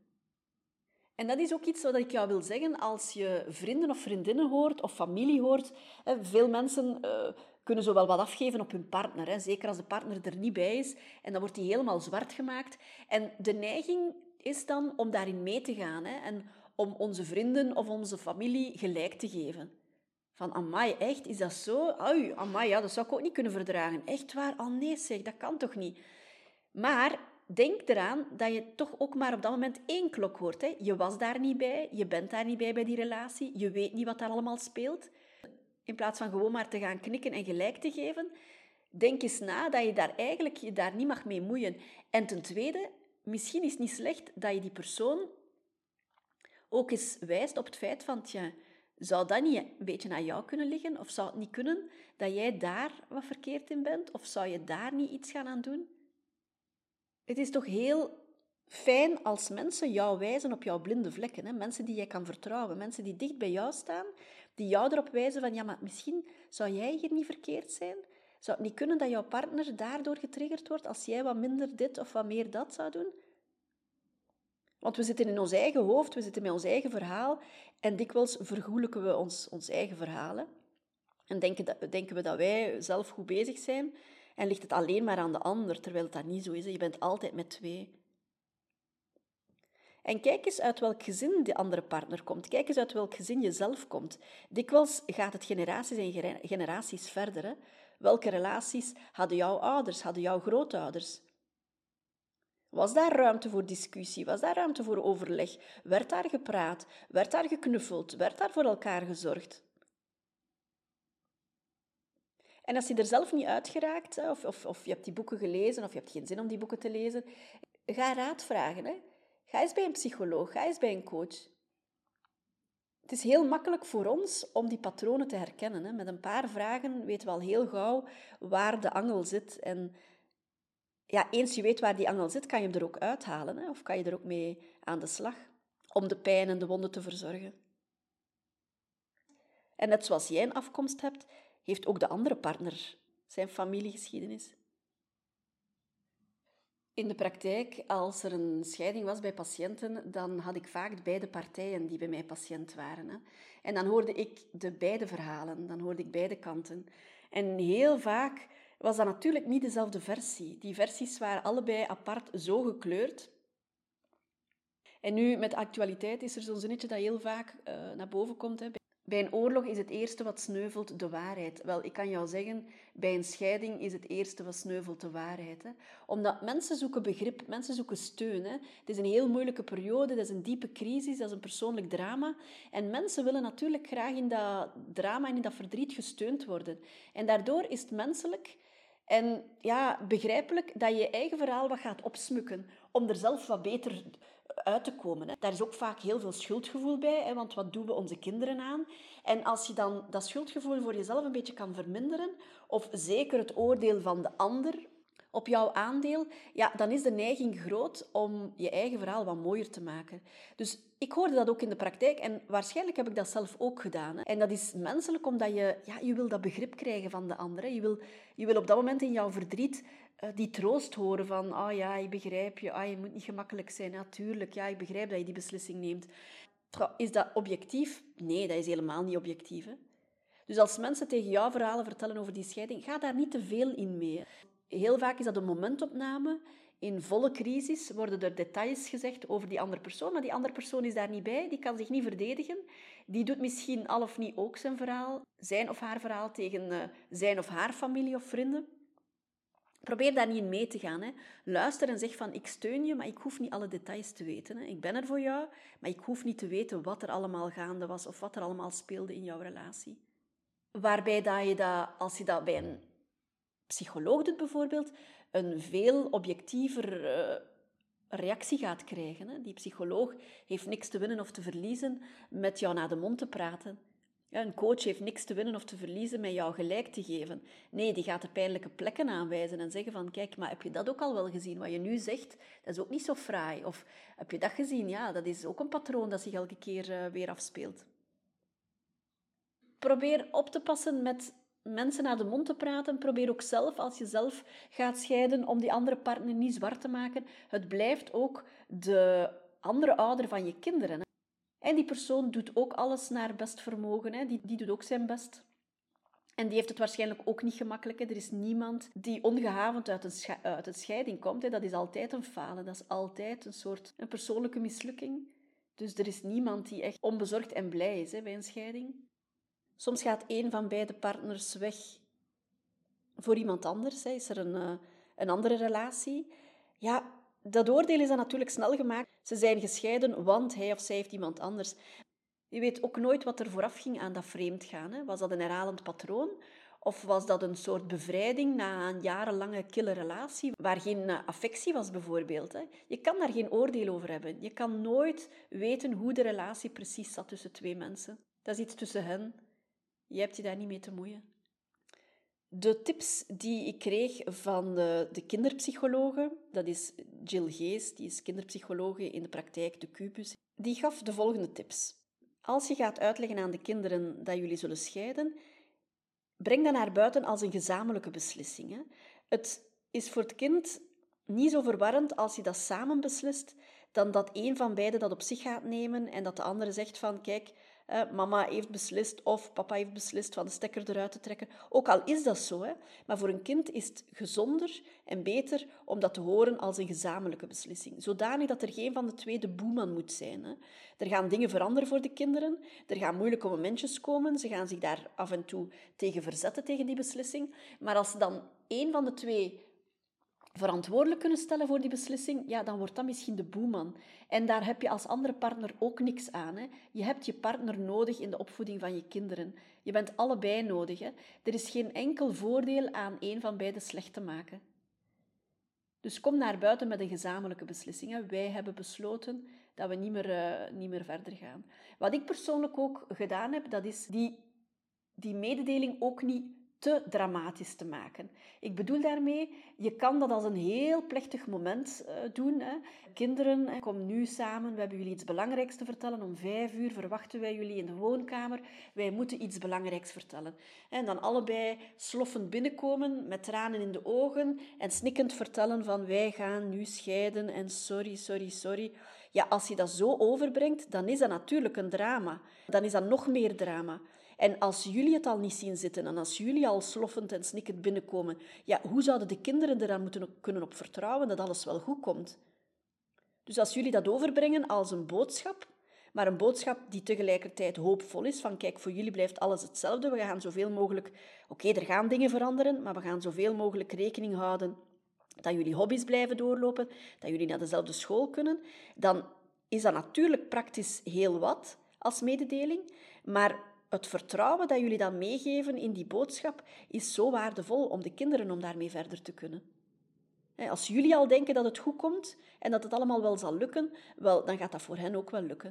En dat is ook iets wat ik jou wil zeggen als je vrienden of vriendinnen hoort of familie hoort. Veel mensen kunnen zo wel wat afgeven op hun partner, zeker als de partner er niet bij is. En dan wordt die helemaal zwart gemaakt. En de neiging is dan om daarin mee te gaan en om onze vrienden of onze familie gelijk te geven. Van, amai, echt, is dat zo? Au, amai, ja, dat zou ik ook niet kunnen verdragen. Echt waar? Oh nee, zeg, dat kan toch niet? Maar denk eraan dat je toch ook maar op dat moment 1 klok hoort. Hè. Je was daar niet bij, je bent daar niet bij die relatie, je weet niet wat daar allemaal speelt. In plaats van gewoon maar te gaan knikken en gelijk te geven, denk eens na dat je daar niet mag mee moeien. En ten tweede, misschien is het niet slecht dat je die persoon ook eens wijst op het feit van, zou dat niet een beetje aan jou kunnen liggen? Of zou het niet kunnen dat jij daar wat verkeerd in bent? Of zou je daar niet iets gaan aan doen? Het is toch heel fijn als mensen jou wijzen op jouw blinde vlekken. Hè? Mensen die jij kan vertrouwen. Mensen die dicht bij jou staan. Die jou erop wijzen van, ja, maar misschien zou jij hier niet verkeerd zijn? Zou het niet kunnen dat jouw partner daardoor getriggerd wordt als jij wat minder dit of wat meer dat zou doen? Want we zitten in ons eigen hoofd, we zitten met ons eigen verhaal en dikwijls vergoelijken we ons eigen verhalen. En denken we dat wij zelf goed bezig zijn en ligt het alleen maar aan de ander, terwijl dat niet zo is. Je bent altijd met 2. En kijk eens uit welk gezin de andere partner komt. Kijk eens uit welk gezin je zelf komt. Dikwijls gaat het generaties en generaties verder. Hè? Welke relaties hadden jouw ouders, hadden jouw grootouders? Was daar ruimte voor discussie? Was daar ruimte voor overleg? Werd daar gepraat? Werd daar geknuffeld? Werd daar voor elkaar gezorgd? En als je er zelf niet uit geraakt, of je hebt die boeken gelezen, of je hebt geen zin om die boeken te lezen, Ga raad vragen. Hè? Ga eens bij een psycholoog, ga eens bij een coach. Het is heel makkelijk voor ons om die patronen te herkennen. Hè? Met een paar vragen weten we al heel gauw waar de angel zit. En ja, eens je weet waar die angel zit, kan je hem er ook uithalen. Hè? Of kan je er ook mee aan de slag om de pijn en de wonden te verzorgen. En net zoals jij een afkomst hebt, heeft ook de andere partner zijn familiegeschiedenis. In de praktijk, als er een scheiding was bij patiënten, dan had ik vaak beide partijen die bij mij patiënt waren. Hè. En dan hoorde ik de beide verhalen, dan hoorde ik beide kanten. En heel vaak was dat natuurlijk niet dezelfde versie. Die versies waren allebei apart zo gekleurd. En nu, met de actualiteit, is er zo'n zinnetje dat heel vaak naar boven komt. Hè. Bij een oorlog is het eerste wat sneuvelt de waarheid. Wel, ik kan jou zeggen, bij een scheiding is het eerste wat sneuvelt de waarheid. Hè. Omdat mensen zoeken begrip, mensen zoeken steun. Hè. Het is een heel moeilijke periode, dat is een diepe crisis, dat is een persoonlijk drama. En mensen willen natuurlijk graag in dat drama en in dat verdriet gesteund worden. En daardoor is het menselijk en ja, begrijpelijk dat je je eigen verhaal wat gaat opsmukken om er zelf wat beter uit te komen. Hè. Daar is ook vaak heel veel schuldgevoel bij, hè, want wat doen we onze kinderen aan? En als je dan dat schuldgevoel voor jezelf een beetje kan verminderen, of zeker het oordeel van de ander op jouw aandeel, ja, dan is de neiging groot om je eigen verhaal wat mooier te maken. Dus ik hoorde dat ook in de praktijk en waarschijnlijk heb ik dat zelf ook gedaan. Hè. En dat is menselijk omdat je wil dat begrip krijgen van de ander. Hè. Je wil op dat moment in jouw verdriet die troost horen van, ja, ik begrijp je, je moet niet gemakkelijk zijn, natuurlijk, ja, ik begrijp dat je die beslissing neemt. Is dat objectief? Nee, dat is helemaal niet objectief. Hè? Dus als mensen tegen jou verhalen vertellen over die scheiding, ga daar niet te veel in mee. Heel vaak is dat een momentopname. In volle crisis worden er details gezegd over die andere persoon, maar die andere persoon is daar niet bij, die kan zich niet verdedigen. Die doet misschien al of niet ook zijn of haar verhaal tegen zijn of haar familie of vrienden. Probeer daar niet in mee te gaan. Hè. Luister en zeg van, ik steun je, maar ik hoef niet alle details te weten. Hè. Ik ben er voor jou, maar ik hoef niet te weten wat er allemaal gaande was of wat er allemaal speelde in jouw relatie. Waarbij dat je als je dat bij een psycholoog doet bijvoorbeeld, een veel objectiever reactie gaat krijgen. Hè. Die psycholoog heeft niks te winnen of te verliezen met jou naar de mond te praten. Ja, een coach heeft niks te winnen of te verliezen met jou gelijk te geven. Nee, die gaat de pijnlijke plekken aanwijzen en zeggen van, kijk, maar heb je dat ook al wel gezien? Wat je nu zegt, dat is ook niet zo fraai. Of heb je dat gezien? Ja, dat is ook een patroon dat zich elke keer weer afspeelt. Probeer op te passen met mensen naar de mond te praten. Probeer ook zelf, als je zelf gaat scheiden, om die andere partner niet zwart te maken. Het blijft ook de andere ouder van je kinderen. Hè. En die persoon doet ook alles naar best vermogen. Hè. Die doet ook zijn best. En die heeft het waarschijnlijk ook niet gemakkelijk. Hè. Er is niemand die ongehavend uit een scheiding komt. Hè. Dat is altijd een falen. Dat is altijd een persoonlijke mislukking. Dus er is niemand die echt onbezorgd en blij is bij een scheiding. Soms gaat een van beide partners weg voor iemand anders. Hè. Is er een andere relatie? Ja, dat oordeel is dan natuurlijk snel gemaakt. Ze zijn gescheiden, want hij of zij heeft iemand anders. Je weet ook nooit wat er vooraf ging aan dat vreemdgaan. Hè. Was dat een herhalend patroon? Of was dat een soort bevrijding na een jarenlange kille relatie, waar geen affectie was bijvoorbeeld? Hè. Je kan daar geen oordeel over hebben. Je kan nooit weten hoe de relatie precies zat tussen twee mensen. Dat is iets tussen hen. Je hebt je daar niet mee te moeien. De tips die ik kreeg van de kinderpsychologe, dat is Jill Gees, die is kinderpsychologe in de praktijk, de Cubus, die gaf de volgende tips. Als je gaat uitleggen aan de kinderen dat jullie zullen scheiden, breng dat naar buiten als een gezamenlijke beslissing. Hè. Het is voor het kind niet zo verwarrend als je dat samen beslist, dan dat een van beiden dat op zich gaat nemen en dat de andere zegt van, kijk, mama heeft beslist of papa heeft beslist van de stekker eruit te trekken. Ook al is dat zo, hè, maar voor een kind is het gezonder en beter om dat te horen als een gezamenlijke beslissing. Zodanig dat er geen van de twee de boeman moet zijn. Hè. Er gaan dingen veranderen voor de kinderen, er gaan moeilijke momentjes komen, ze gaan zich daar af en toe tegen verzetten, tegen die beslissing. Maar als dan één van de twee verantwoordelijk kunnen stellen voor die beslissing, ja, dan wordt dat misschien de boeman. En daar heb je als andere partner ook niks aan. Hè. Je hebt je partner nodig in de opvoeding van je kinderen. Je bent allebei nodig. Hè. Er is geen enkel voordeel aan één van beiden slecht te maken. Dus kom naar buiten met een gezamenlijke beslissing. Hè. Wij hebben besloten dat we niet meer verder gaan. Wat ik persoonlijk ook gedaan heb, dat is die mededeling ook niet te dramatisch te maken. Ik bedoel daarmee, je kan dat als een heel plechtig moment doen. Hè. Kinderen, kom nu samen, we hebben jullie iets belangrijks te vertellen. Om 5:00 verwachten wij jullie in de woonkamer. Wij moeten iets belangrijks vertellen. En dan allebei sloffend binnenkomen, met tranen in de ogen en snikkend vertellen van wij gaan nu scheiden en sorry. Ja, als je dat zo overbrengt, dan is dat natuurlijk een drama. Dan is dat nog meer drama. En als jullie het al niet zien zitten en als jullie al sloffend en snikkend binnenkomen, ja, hoe zouden de kinderen er dan kunnen op vertrouwen dat alles wel goed komt? Dus als jullie dat overbrengen als een boodschap, maar een boodschap die tegelijkertijd hoopvol is, van kijk, voor jullie blijft alles hetzelfde, we gaan zoveel mogelijk, oké, er gaan dingen veranderen, maar we gaan zoveel mogelijk rekening houden dat jullie hobby's blijven doorlopen, dat jullie naar dezelfde school kunnen, dan is dat natuurlijk praktisch heel wat als mededeling, maar het vertrouwen dat jullie dan meegeven in die boodschap is zo waardevol om de kinderen om daarmee verder te kunnen. Als jullie al denken dat het goed komt en dat het allemaal wel zal lukken, wel, dan gaat dat voor hen ook wel lukken.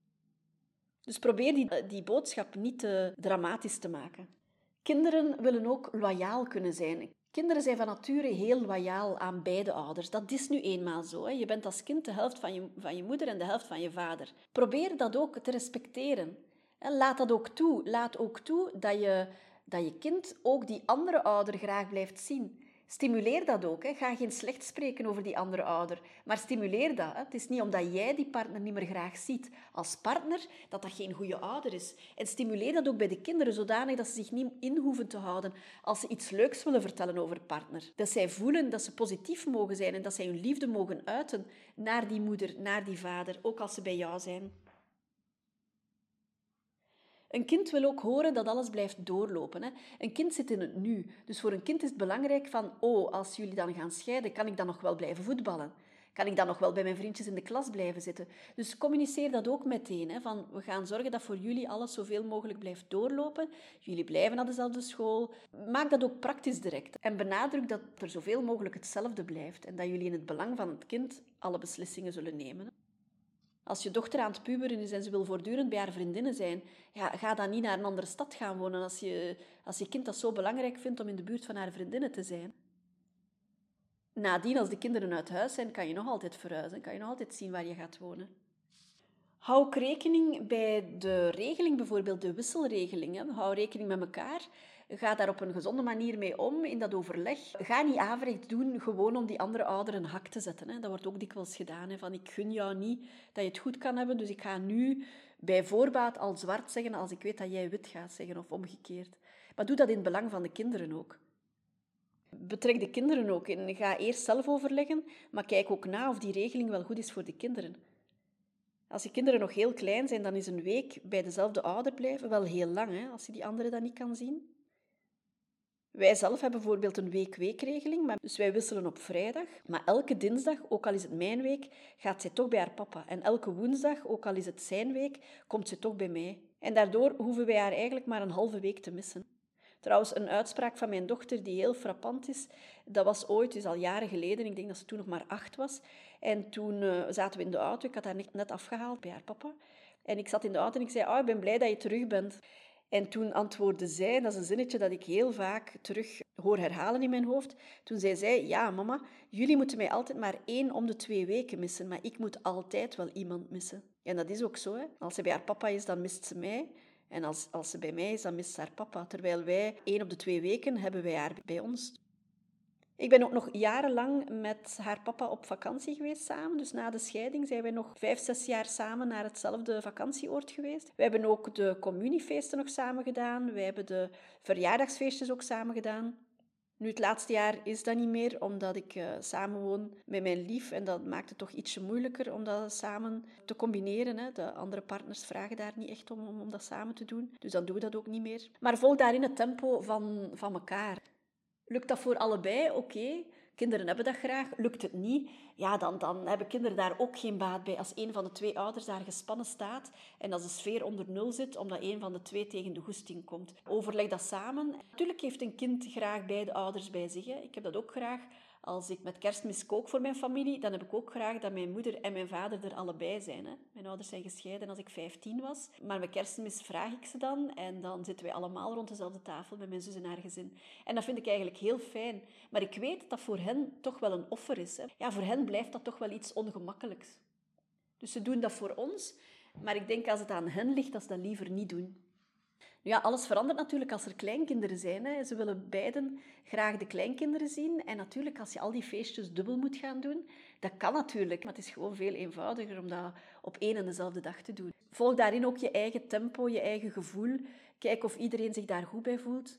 Dus probeer die boodschap niet te dramatisch te maken. Kinderen willen ook loyaal kunnen zijn. Kinderen zijn van nature heel loyaal aan beide ouders. Dat is nu eenmaal zo. Je bent als kind de helft van je moeder en de helft van je vader. Probeer dat ook te respecteren. Laat dat ook toe. Laat ook toe dat je kind ook die andere ouder graag blijft zien. Stimuleer dat ook. Ga geen slecht spreken over die andere ouder, maar stimuleer dat. Het is niet omdat jij die partner niet meer graag ziet als partner, dat dat geen goede ouder is. En stimuleer dat ook bij de kinderen, zodanig dat ze zich niet in hoeven te houden als ze iets leuks willen vertellen over partner. Dat zij voelen dat ze positief mogen zijn en dat zij hun liefde mogen uiten naar die moeder, naar die vader, ook als ze bij jou zijn. Een kind wil ook horen dat alles blijft doorlopen. Een kind zit in het nu. Dus voor een kind is het belangrijk van, als jullie dan gaan scheiden, kan ik dan nog wel blijven voetballen? Kan ik dan nog wel bij mijn vriendjes in de klas blijven zitten? Dus communiceer dat ook meteen. Van, we gaan zorgen dat voor jullie alles zoveel mogelijk blijft doorlopen. Jullie blijven naar dezelfde school. Maak dat ook praktisch direct. En benadruk dat er zoveel mogelijk hetzelfde blijft. En dat jullie in het belang van het kind alle beslissingen zullen nemen. Als je dochter aan het puberen is en ze wil voortdurend bij haar vriendinnen zijn, ga dan niet naar een andere stad gaan wonen als je kind dat zo belangrijk vindt om in de buurt van haar vriendinnen te zijn. Nadien, als de kinderen uit huis zijn, kan je nog altijd verhuizen, kan je nog altijd zien waar je gaat wonen. Hou ook rekening bij de regeling, bijvoorbeeld de wisselregeling. Hou rekening met elkaar. Ga daar op een gezonde manier mee om in dat overleg. Ga niet averechts doen gewoon om die andere ouder een hak te zetten. Dat wordt ook dikwijls gedaan. Van ik gun jou niet dat je het goed kan hebben, dus ik ga nu bij voorbaat al zwart zeggen als ik weet dat jij wit gaat zeggen of omgekeerd. Maar doe dat in het belang van de kinderen ook. Betrek de kinderen ook in. Ga eerst zelf overleggen, maar kijk ook na of die regeling wel goed is voor de kinderen. Als je kinderen nog heel klein zijn, dan is een week bij dezelfde ouder blijven wel heel lang, als je die andere dan niet kan zien. Wij zelf hebben bijvoorbeeld een week-weekregeling, dus wij wisselen op vrijdag. Maar elke dinsdag, ook al is het mijn week, gaat zij toch bij haar papa. En elke woensdag, ook al is het zijn week, komt ze toch bij mij. En daardoor hoeven wij haar eigenlijk maar een halve week te missen. Trouwens, een uitspraak van mijn dochter die heel frappant is, dat was ooit, dus al jaren geleden, ik denk dat ze toen nog maar 8 was. En toen zaten we in de auto, ik had haar net afgehaald bij haar papa. En ik zat in de auto en ik zei, ik ben blij dat je terug bent. En toen antwoordde zij, dat is een zinnetje dat ik heel vaak terug hoor herhalen in mijn hoofd. Toen zei zij, ja mama, jullie moeten mij altijd maar 1 om de 2 weken missen, maar ik moet altijd wel iemand missen. En dat is ook zo. Als ze bij haar papa is, dan mist ze mij. En als ze bij mij is, dan mist ze haar papa. Terwijl wij 1 op de 2 weken hebben wij haar bij ons. Ik ben ook nog jarenlang met haar papa op vakantie geweest samen. Dus na de scheiding zijn wij nog 5-6 jaar samen naar hetzelfde vakantieoord geweest. We hebben ook de communiefeesten nog samen gedaan. Wij hebben de verjaardagsfeestjes ook samen gedaan. Nu, het laatste jaar is dat niet meer, omdat ik samenwoon met mijn lief. En dat maakt het toch ietsje moeilijker om dat samen te combineren. De andere partners vragen daar niet echt om dat samen te doen. Dus dan doen we dat ook niet meer. Maar volg daarin het tempo van elkaar. Lukt dat voor allebei? Oké. Kinderen hebben dat graag. Lukt het niet? Ja, dan hebben kinderen daar ook geen baat bij. Als een van de 2 ouders daar gespannen staat en als de sfeer onder 0 zit, omdat een van de 2 tegen de goesting komt. Overleg dat samen. Natuurlijk heeft een kind graag beide ouders bij zich. Ik heb dat ook graag Als ik met Kerstmis kook voor mijn familie, dan heb ik ook graag dat mijn moeder en mijn vader er allebei zijn. Hè. Mijn ouders zijn gescheiden als ik 15 was. Maar met Kerstmis vraag ik ze dan en dan zitten wij allemaal rond dezelfde tafel met mijn zus en haar gezin. En dat vind ik eigenlijk heel fijn. Maar ik weet dat dat voor hen toch wel een offer is. Hè. Ja, voor hen blijft dat toch wel iets ongemakkelijks. Dus ze doen dat voor ons, maar ik denk als het aan hen ligt, dat ze dat liever niet doen. Ja, alles verandert natuurlijk als er kleinkinderen zijn. Hè. Ze willen beiden graag de kleinkinderen zien. En natuurlijk, als je al die feestjes dubbel moet gaan doen, dat kan natuurlijk. Maar het is gewoon veel eenvoudiger om dat op één en dezelfde dag te doen. Volg daarin ook je eigen tempo, je eigen gevoel. Kijk of iedereen zich daar goed bij voelt.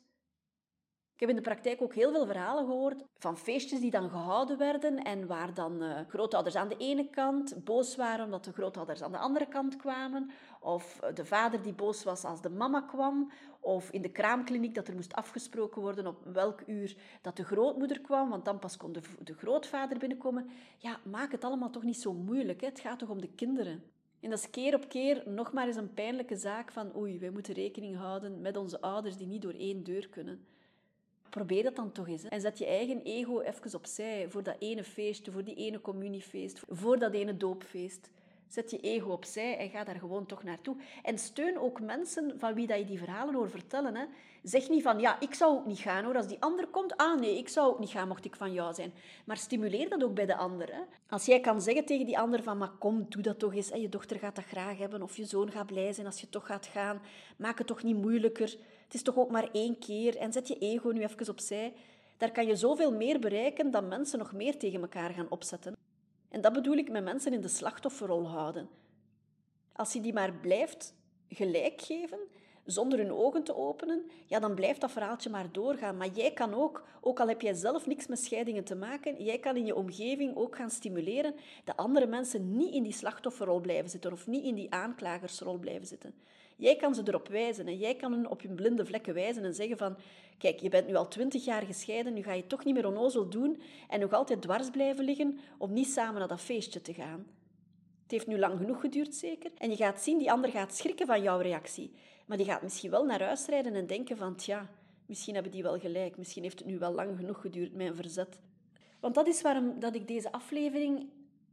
Ik heb in de praktijk ook heel veel verhalen gehoord van feestjes die dan gehouden werden en waar dan grootouders aan de ene kant boos waren omdat de grootouders aan de andere kant kwamen, of de vader die boos was als de mama kwam, of in de kraamkliniek dat er moest afgesproken worden op welk uur dat de grootmoeder kwam, want dan pas kon de grootvader binnenkomen. Ja, maak het allemaal toch niet zo moeilijk, hè? Het gaat toch om de kinderen. En dat is keer op keer nog maar eens een pijnlijke zaak van oei, wij moeten rekening houden met onze ouders die niet door één deur kunnen. Probeer dat dan toch eens. Hè. En zet je eigen ego even opzij voor dat ene feestje, voor die ene communiefeest, voor dat ene doopfeest. Zet je ego opzij en ga daar gewoon toch naartoe. En steun ook mensen van wie dat je die verhalen hoort vertellen. Hè. Zeg niet van, ja, ik zou ook niet gaan hoor. Als die ander komt, nee, ik zou ook niet gaan mocht ik van jou zijn. Maar stimuleer dat ook bij de ander. Hè. Als jij kan zeggen tegen die ander van, maar kom, doe dat toch eens. Je dochter gaat dat graag hebben of je zoon gaat blij zijn als je toch gaat gaan. Maak het toch niet moeilijker. Het is toch ook maar 1 keer. En zet je ego nu even opzij. Daar kan je zoveel meer bereiken dan mensen nog meer tegen elkaar gaan opzetten. En dat bedoel ik met mensen in de slachtofferrol houden. Als je die maar blijft gelijk geven, zonder hun ogen te openen, ja, dan blijft dat verhaaltje maar doorgaan. Maar jij kan ook al heb jij zelf niks met scheidingen te maken, jij kan in je omgeving ook gaan stimuleren dat andere mensen niet in die slachtofferrol blijven zitten of niet in die aanklagersrol blijven zitten. Jij kan ze erop wijzen en jij kan hen op hun blinde vlekken wijzen en zeggen van kijk, je bent nu al 20 jaar gescheiden, nu ga je toch niet meer onnozel doen en nog altijd dwars blijven liggen om niet samen naar dat feestje te gaan. Het heeft nu lang genoeg geduurd, zeker. En je gaat zien, die ander gaat schrikken van jouw reactie. Maar die gaat misschien wel naar huis rijden en denken van tja, misschien hebben die wel gelijk. Misschien heeft het nu wel lang genoeg geduurd, mijn verzet. Want dat is waarom dat ik deze aflevering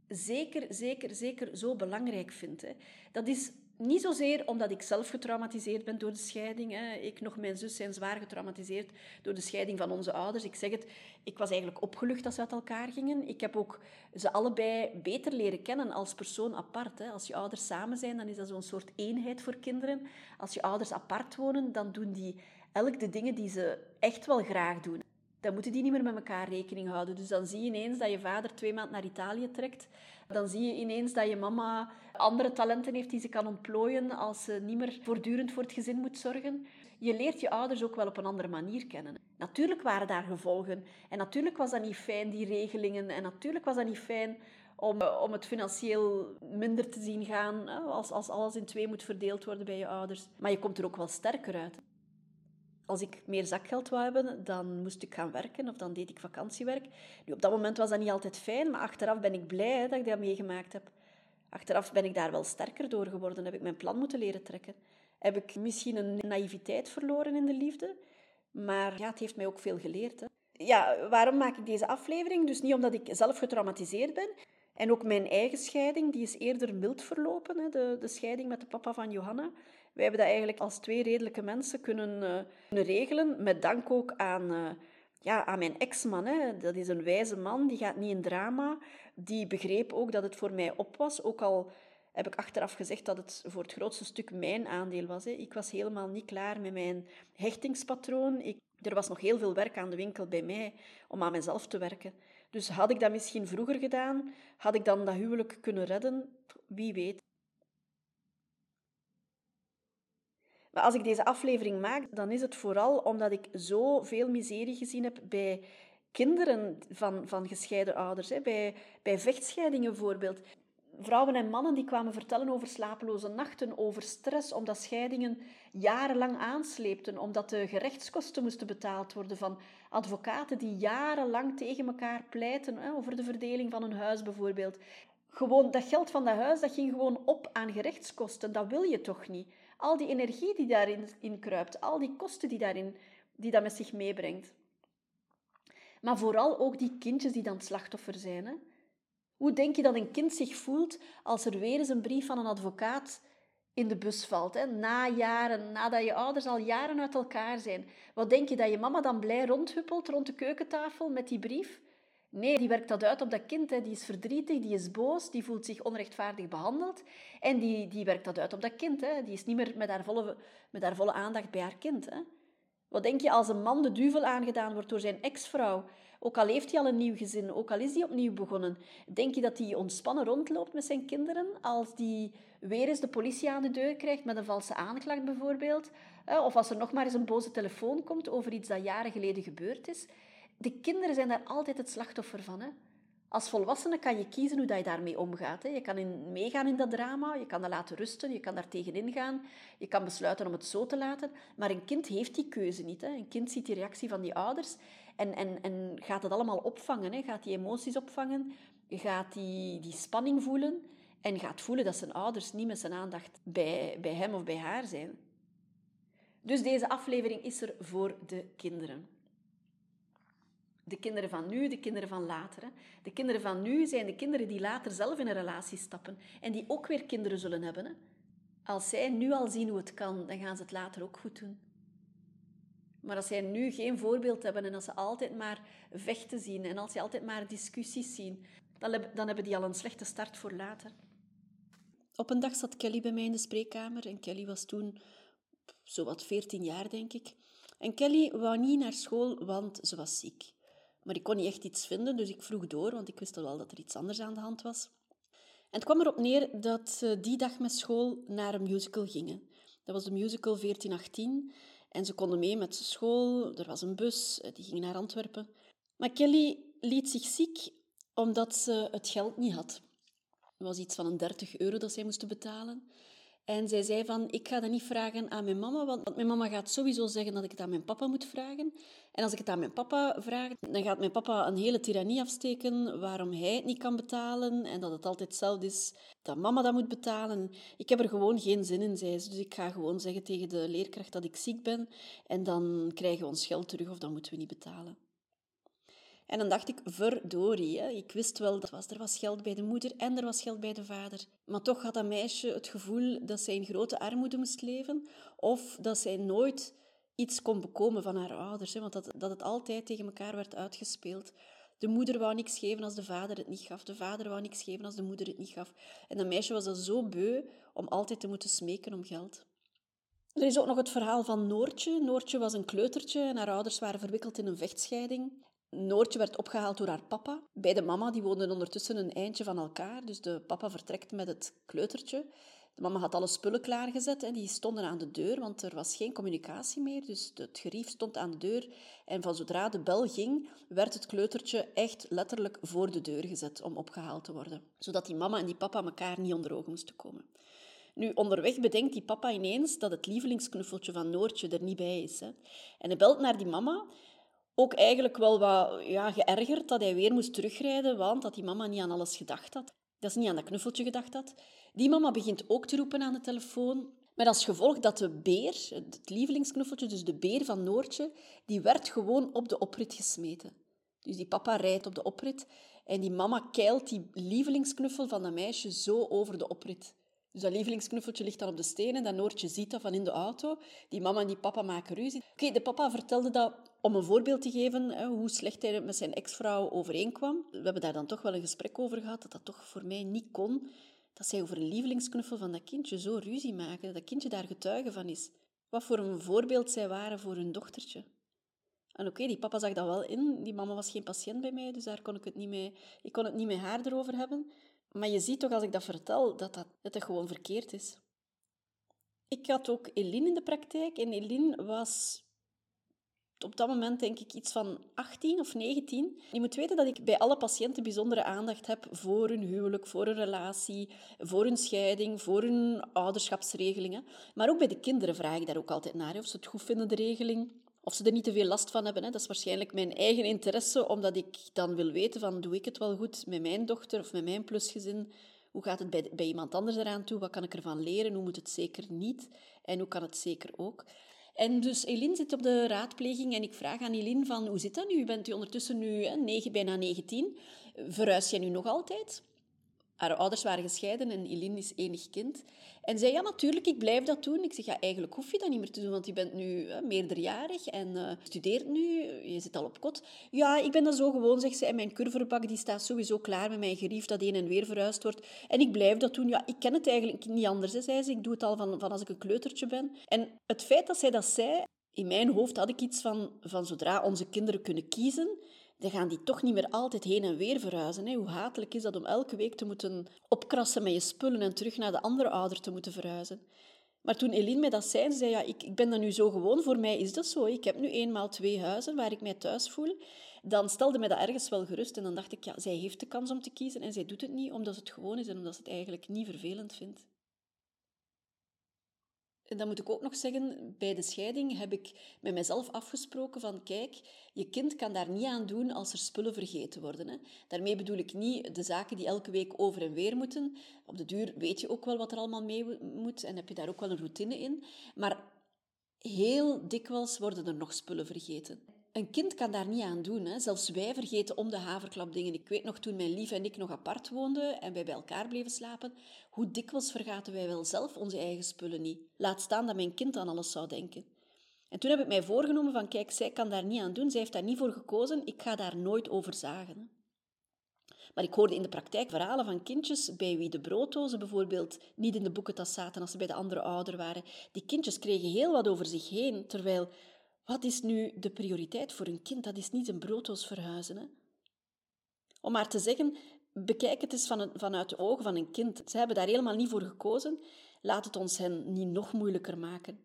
zeker zo belangrijk vind. Hè. Dat is niet zozeer omdat ik zelf getraumatiseerd ben door de scheiding. Hè. Ik nog mijn zus zijn zwaar getraumatiseerd door de scheiding van onze ouders. Ik zeg het, ik was eigenlijk opgelucht als ze uit elkaar gingen. Ik heb ook ze allebei beter leren kennen als persoon apart. Hè. Als je ouders samen zijn, dan is dat zo'n soort eenheid voor kinderen. Als je ouders apart wonen, dan doen die elk de dingen die ze echt wel graag doen. Dan moeten die niet meer met elkaar rekening houden. Dus dan zie je ineens dat je vader 2 maanden naar Italië trekt. Dan zie je ineens dat je mama andere talenten heeft die ze kan ontplooien als ze niet meer voortdurend voor het gezin moet zorgen. Je leert je ouders ook wel op een andere manier kennen. Natuurlijk waren daar gevolgen. En natuurlijk was dat niet fijn, die regelingen. En natuurlijk was dat niet fijn om het financieel minder te zien gaan. Als alles in 2 moet verdeeld worden bij je ouders. Maar je komt er ook wel sterker uit. Als ik meer zakgeld wou hebben, dan moest ik gaan werken of dan deed ik vakantiewerk. Nu, op dat moment was dat niet altijd fijn, maar achteraf ben ik blij dat ik dat meegemaakt heb. Achteraf ben ik daar wel sterker door geworden, heb ik mijn plan moeten leren trekken. Heb ik misschien een naïviteit verloren in de liefde, maar ja, het heeft mij ook veel geleerd. Hè. Ja, waarom maak ik deze aflevering? Dus niet omdat ik zelf getraumatiseerd ben. En ook mijn eigen scheiding, die is eerder mild verlopen, hè, de scheiding met de papa van Johanna. Wij hebben dat eigenlijk als 2 redelijke mensen kunnen regelen, met dank ook aan mijn ex-man. Hè. Dat is een wijze man, die gaat niet in drama. Die begreep ook dat het voor mij op was, ook al heb ik achteraf gezegd dat het voor het grootste stuk mijn aandeel was. Hè. Ik was helemaal niet klaar met mijn hechtingspatroon. Er was nog heel veel werk aan de winkel bij mij om aan mezelf te werken. Dus had ik dat misschien vroeger gedaan, had ik dan dat huwelijk kunnen redden? Wie weet. Maar als ik deze aflevering maak, dan is het vooral omdat ik zoveel miserie gezien heb bij kinderen van gescheiden ouders. Hè. Bij vechtscheidingen bijvoorbeeld. Vrouwen en mannen die kwamen vertellen over slapeloze nachten, over stress, omdat scheidingen jarenlang aansleepten, omdat de gerechtskosten moesten betaald worden van advocaten die jarenlang tegen elkaar pleiten, over de verdeling van een huis bijvoorbeeld. Gewoon, dat geld van dat huis, dat ging gewoon op aan gerechtskosten. Dat wil je toch niet? Al die energie die daarin kruipt, al die kosten die dat met zich meebrengt. Maar vooral ook die kindjes die dan slachtoffer zijn. Hè? Hoe denk je dat een kind zich voelt als er weer eens een brief van een advocaat in de bus valt? Hè? Na jaren, nadat je ouders al jaren uit elkaar zijn. Wat denk je, dat je mama dan blij rondhuppelt rond de keukentafel met die brief? Nee, die werkt dat uit op dat kind. Hè. Die is verdrietig, die is boos, die voelt zich onrechtvaardig behandeld. En die werkt dat uit op dat kind. Hè. Die is niet meer met haar volle aandacht bij haar kind. Hè. Wat denk je als een man de duvel aangedaan wordt door zijn ex-vrouw? Ook al heeft hij al een nieuw gezin, ook al is hij opnieuw begonnen. Denk je dat hij ontspannen rondloopt met zijn kinderen als die weer eens de politie aan de deur krijgt met een valse aanklacht bijvoorbeeld? Of als er nog maar eens een boze telefoon komt over iets dat jaren geleden gebeurd is? De kinderen zijn daar altijd het slachtoffer van. Hè? Als volwassene kan je kiezen hoe je daarmee omgaat. Hè? Je kan meegaan in dat drama, je kan dat laten rusten, je kan daar tegenin gaan, je kan besluiten om het zo te laten. Maar een kind heeft die keuze niet. Hè? Een kind ziet die reactie van die ouders en gaat het allemaal opvangen. Hè? Gaat die emoties opvangen, gaat die spanning voelen en gaat voelen dat zijn ouders niet met zijn aandacht bij hem of bij haar zijn. Dus deze aflevering is er voor de kinderen. De kinderen van nu, de kinderen van later. Hè. De kinderen van nu zijn de kinderen die later zelf in een relatie stappen en die ook weer kinderen zullen hebben. Hè. Als zij nu al zien hoe het kan, dan gaan ze het later ook goed doen. Maar als zij nu geen voorbeeld hebben en als ze altijd maar vechten zien en als ze altijd maar discussies zien, dan hebben die al een slechte start voor later. Op een dag zat Kelly bij mij in de spreekkamer en Kelly was toen zowat 14 jaar, denk ik. En Kelly wou niet naar school, want ze was ziek. Maar ik kon niet echt iets vinden, dus ik vroeg door, want ik wist al wel dat er iets anders aan de hand was. En het kwam erop neer dat ze die dag met school naar een musical gingen. Dat was de musical 1418 en ze konden mee met school. Er was een bus, die ging naar Antwerpen. Maar Kelly liet zich ziek omdat ze het geld niet had. Het was iets van een 30 euro dat zij moesten betalen. En zij zei van, ik ga dat niet vragen aan mijn mama, want mijn mama gaat sowieso zeggen dat ik het aan mijn papa moet vragen. En als ik het aan mijn papa vraag, dan gaat mijn papa een hele tirannie afsteken waarom hij het niet kan betalen en dat het altijd hetzelfde is dat mama dat moet betalen. Ik heb er gewoon geen zin in, zei ze. Dus ik ga gewoon zeggen tegen de leerkracht dat ik ziek ben en dan krijgen we ons geld terug of dan moeten we niet betalen. En dan dacht ik, verdorie, hè. Ik wist wel, er was geld bij de moeder en er was geld bij de vader. Maar toch had dat meisje het gevoel dat zij in grote armoede moest leven of dat zij nooit iets kon bekomen van haar ouders. Hè, want dat het altijd tegen elkaar werd uitgespeeld. De moeder wou niks geven als de vader het niet gaf. De vader wou niks geven als de moeder het niet gaf. En dat meisje was dan zo beu om altijd te moeten smeken om geld. Er is ook nog het verhaal van Noortje. Noortje was een kleutertje en haar ouders waren verwikkeld in een vechtscheiding. Noortje werd opgehaald door haar papa. Beide mama die woonden ondertussen een eindje van elkaar. Dus de papa vertrekt met het kleutertje. De mama had alle spullen klaargezet en die stonden aan de deur, want er was geen communicatie meer. Dus het gerief stond aan de deur. En van zodra de bel ging, werd het kleutertje echt letterlijk voor de deur gezet om opgehaald te worden. Zodat die mama en die papa elkaar niet onder ogen moesten komen. Nu, onderweg bedenkt die papa ineens dat het lievelingsknuffeltje van Noortje er niet bij is. Hè. En hij belt naar die mama. Ook eigenlijk wel wat geërgerd dat hij weer moest terugrijden, want dat die mama niet aan alles gedacht had. Dat ze niet aan dat knuffeltje gedacht had. Die mama begint ook te roepen aan de telefoon. Met als gevolg dat de beer, het lievelingsknuffeltje, dus de beer van Noortje, die werd gewoon op de oprit gesmeten. Dus die papa rijdt op de oprit en die mama keilt die lievelingsknuffel van dat meisje zo over de oprit. Dus dat lievelingsknuffeltje ligt dan op de stenen, dat Noortje ziet dat van in de auto. Die mama en die papa maken ruzie. Oké, de papa vertelde dat om een voorbeeld te geven hoe slecht hij met zijn ex-vrouw overeenkwam. We hebben daar dan toch wel een gesprek over gehad, dat dat toch voor mij niet kon. Dat zij over een lievelingsknuffel van dat kindje zo ruzie maken, dat dat kindje daar getuige van is. Wat voor een voorbeeld zij waren voor hun dochtertje. En oké, die papa zag dat wel in. Die mama was geen patiënt bij mij, dus daar kon ik het niet met haar erover hebben. Maar je ziet toch, als ik dat vertel, dat het gewoon verkeerd is. Ik had ook Eline in de praktijk. En Eline was op dat moment, denk ik, iets van 18 of 19. Je moet weten dat ik bij alle patiënten bijzondere aandacht heb voor hun huwelijk, voor hun relatie, voor hun scheiding, voor hun ouderschapsregelingen. Maar ook bij de kinderen vraag ik daar ook altijd naar, of ze het goed vinden, de regeling. Of ze er niet te veel last van hebben. Dat is waarschijnlijk mijn eigen interesse, omdat ik dan wil weten van, doe ik het wel goed met mijn dochter of met mijn plusgezin? Hoe gaat het bij iemand anders eraan toe? Wat kan ik ervan leren? Hoe moet het zeker niet? En hoe kan het zeker ook? En dus Eline zit op de raadpleging en ik vraag aan Eline van, hoe zit dat nu? Bent u ondertussen nu 9, bijna 19? Verhuis jij nu nog altijd? Haar ouders waren gescheiden en Eline is enig kind. En zei, ja, natuurlijk, ik blijf dat doen. Ik zeg, ja, eigenlijk hoef je dat niet meer te doen, want je bent nu meerderjarig en studeert nu, je zit al op kot. Ja, ik ben dat zo gewoon, zegt ze. En mijn curverbak die staat sowieso klaar met mijn gerief dat heen en weer verhuisd wordt. En ik blijf dat doen. Ja, ik ken het eigenlijk niet anders, hè, zei ze. Ik doe het al van als ik een kleutertje ben. En het feit dat zij dat zei, in mijn hoofd had ik iets van zodra onze kinderen kunnen kiezen, dan gaan die toch niet meer altijd heen en weer verhuizen. Hè. Hoe hatelijk is dat om elke week te moeten opkrassen met je spullen en terug naar de andere ouder te moeten verhuizen. Maar toen Eline mij dat zei, ze zei, ja, ik ben dat nu zo gewoon, voor mij is dat zo. Ik heb nu eenmaal 2 huizen waar ik mij thuis voel. Dan stelde mij dat ergens wel gerust en dan dacht ik, ja, zij heeft de kans om te kiezen en zij doet het niet omdat het gewoon is en omdat ze het eigenlijk niet vervelend vindt. En dan moet ik ook nog zeggen, bij de scheiding heb ik met mezelf afgesproken van, kijk, je kind kan daar niet aan doen als er spullen vergeten worden. Hè. Daarmee bedoel ik niet de zaken die elke week over en weer moeten. Op de duur weet je ook wel wat er allemaal mee moet en heb je daar ook wel een routine in. Maar heel dikwijls worden er nog spullen vergeten. Een kind kan daar niet aan doen. Hè. Zelfs wij vergeten om de haverklap dingen. Ik weet nog, toen mijn lief en ik nog apart woonden en wij bij elkaar bleven slapen, hoe dikwijls vergaten wij wel zelf onze eigen spullen niet. Laat staan dat mijn kind aan alles zou denken. En toen heb ik mij voorgenomen van, kijk, zij kan daar niet aan doen. Zij heeft daar niet voor gekozen. Ik ga daar nooit over zagen. Hè. Maar ik hoorde in de praktijk verhalen van kindjes bij wie de brooddozen bijvoorbeeld niet in de boekentas zaten als ze bij de andere ouder waren. Die kindjes kregen heel wat over zich heen, terwijl, wat is nu de prioriteit voor een kind? Dat is niet een brooddoos verhuizen. Hè? Om maar te zeggen, bekijk het eens vanuit de ogen van een kind. Ze hebben daar helemaal niet voor gekozen. Laat het ons hen niet nog moeilijker maken.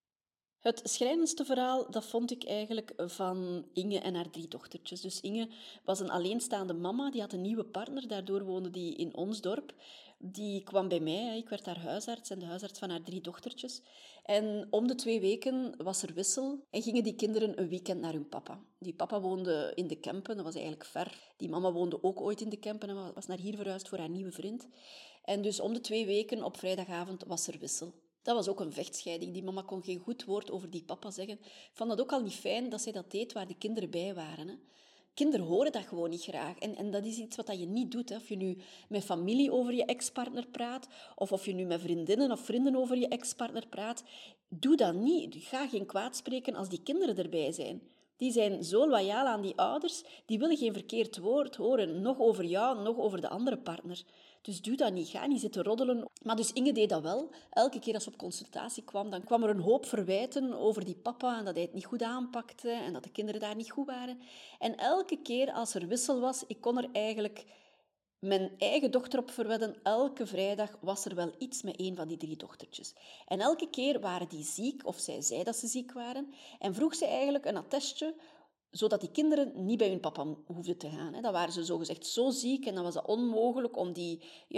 Het schrijnendste verhaal, dat vond ik eigenlijk van Inge en haar 3 dochtertjes. Dus Inge was een alleenstaande mama, die had een nieuwe partner, daardoor woonde die in ons dorp. Die kwam bij mij, ik werd haar huisarts en de huisarts van haar 3 dochtertjes. En om de 2 weken was er wissel en gingen die kinderen een weekend naar hun papa. Die papa woonde in de Kempen, dat was eigenlijk ver. Die mama woonde ook ooit in de Kempen en was naar hier verhuisd voor haar nieuwe vriend. En dus om de 2 weken op vrijdagavond was er wissel. Dat was ook een vechtscheiding. Die mama kon geen goed woord over die papa zeggen. Ik vond dat ook al niet fijn dat zij dat deed waar de kinderen bij waren. Hè. Kinderen horen dat gewoon niet graag. En dat is iets wat je niet doet. Hè. Of je nu met familie over je ex-partner praat, of je nu met vriendinnen of vrienden over je ex-partner praat, doe dat niet. Ga geen kwaad spreken als die kinderen erbij zijn. Die zijn zo loyaal aan die ouders, die willen geen verkeerd woord horen, nog over jou, nog over de andere partner. Dus doe dat niet, ga niet zitten roddelen. Maar dus Inge deed dat wel. Elke keer als ze op consultatie kwam, dan kwam er een hoop verwijten over die papa en dat hij het niet goed aanpakte en dat de kinderen daar niet goed waren. En elke keer als er wissel was, ik kon er eigenlijk mijn eigen dochter op verwedden, elke vrijdag was er wel iets met een van die 3 dochtertjes. En elke keer waren die ziek, of zij zei dat ze ziek waren, en vroeg ze eigenlijk een attestje, zodat die kinderen niet bij hun papa hoefden te gaan. Dan waren ze zogezegd zo ziek en dan was het onmogelijk om die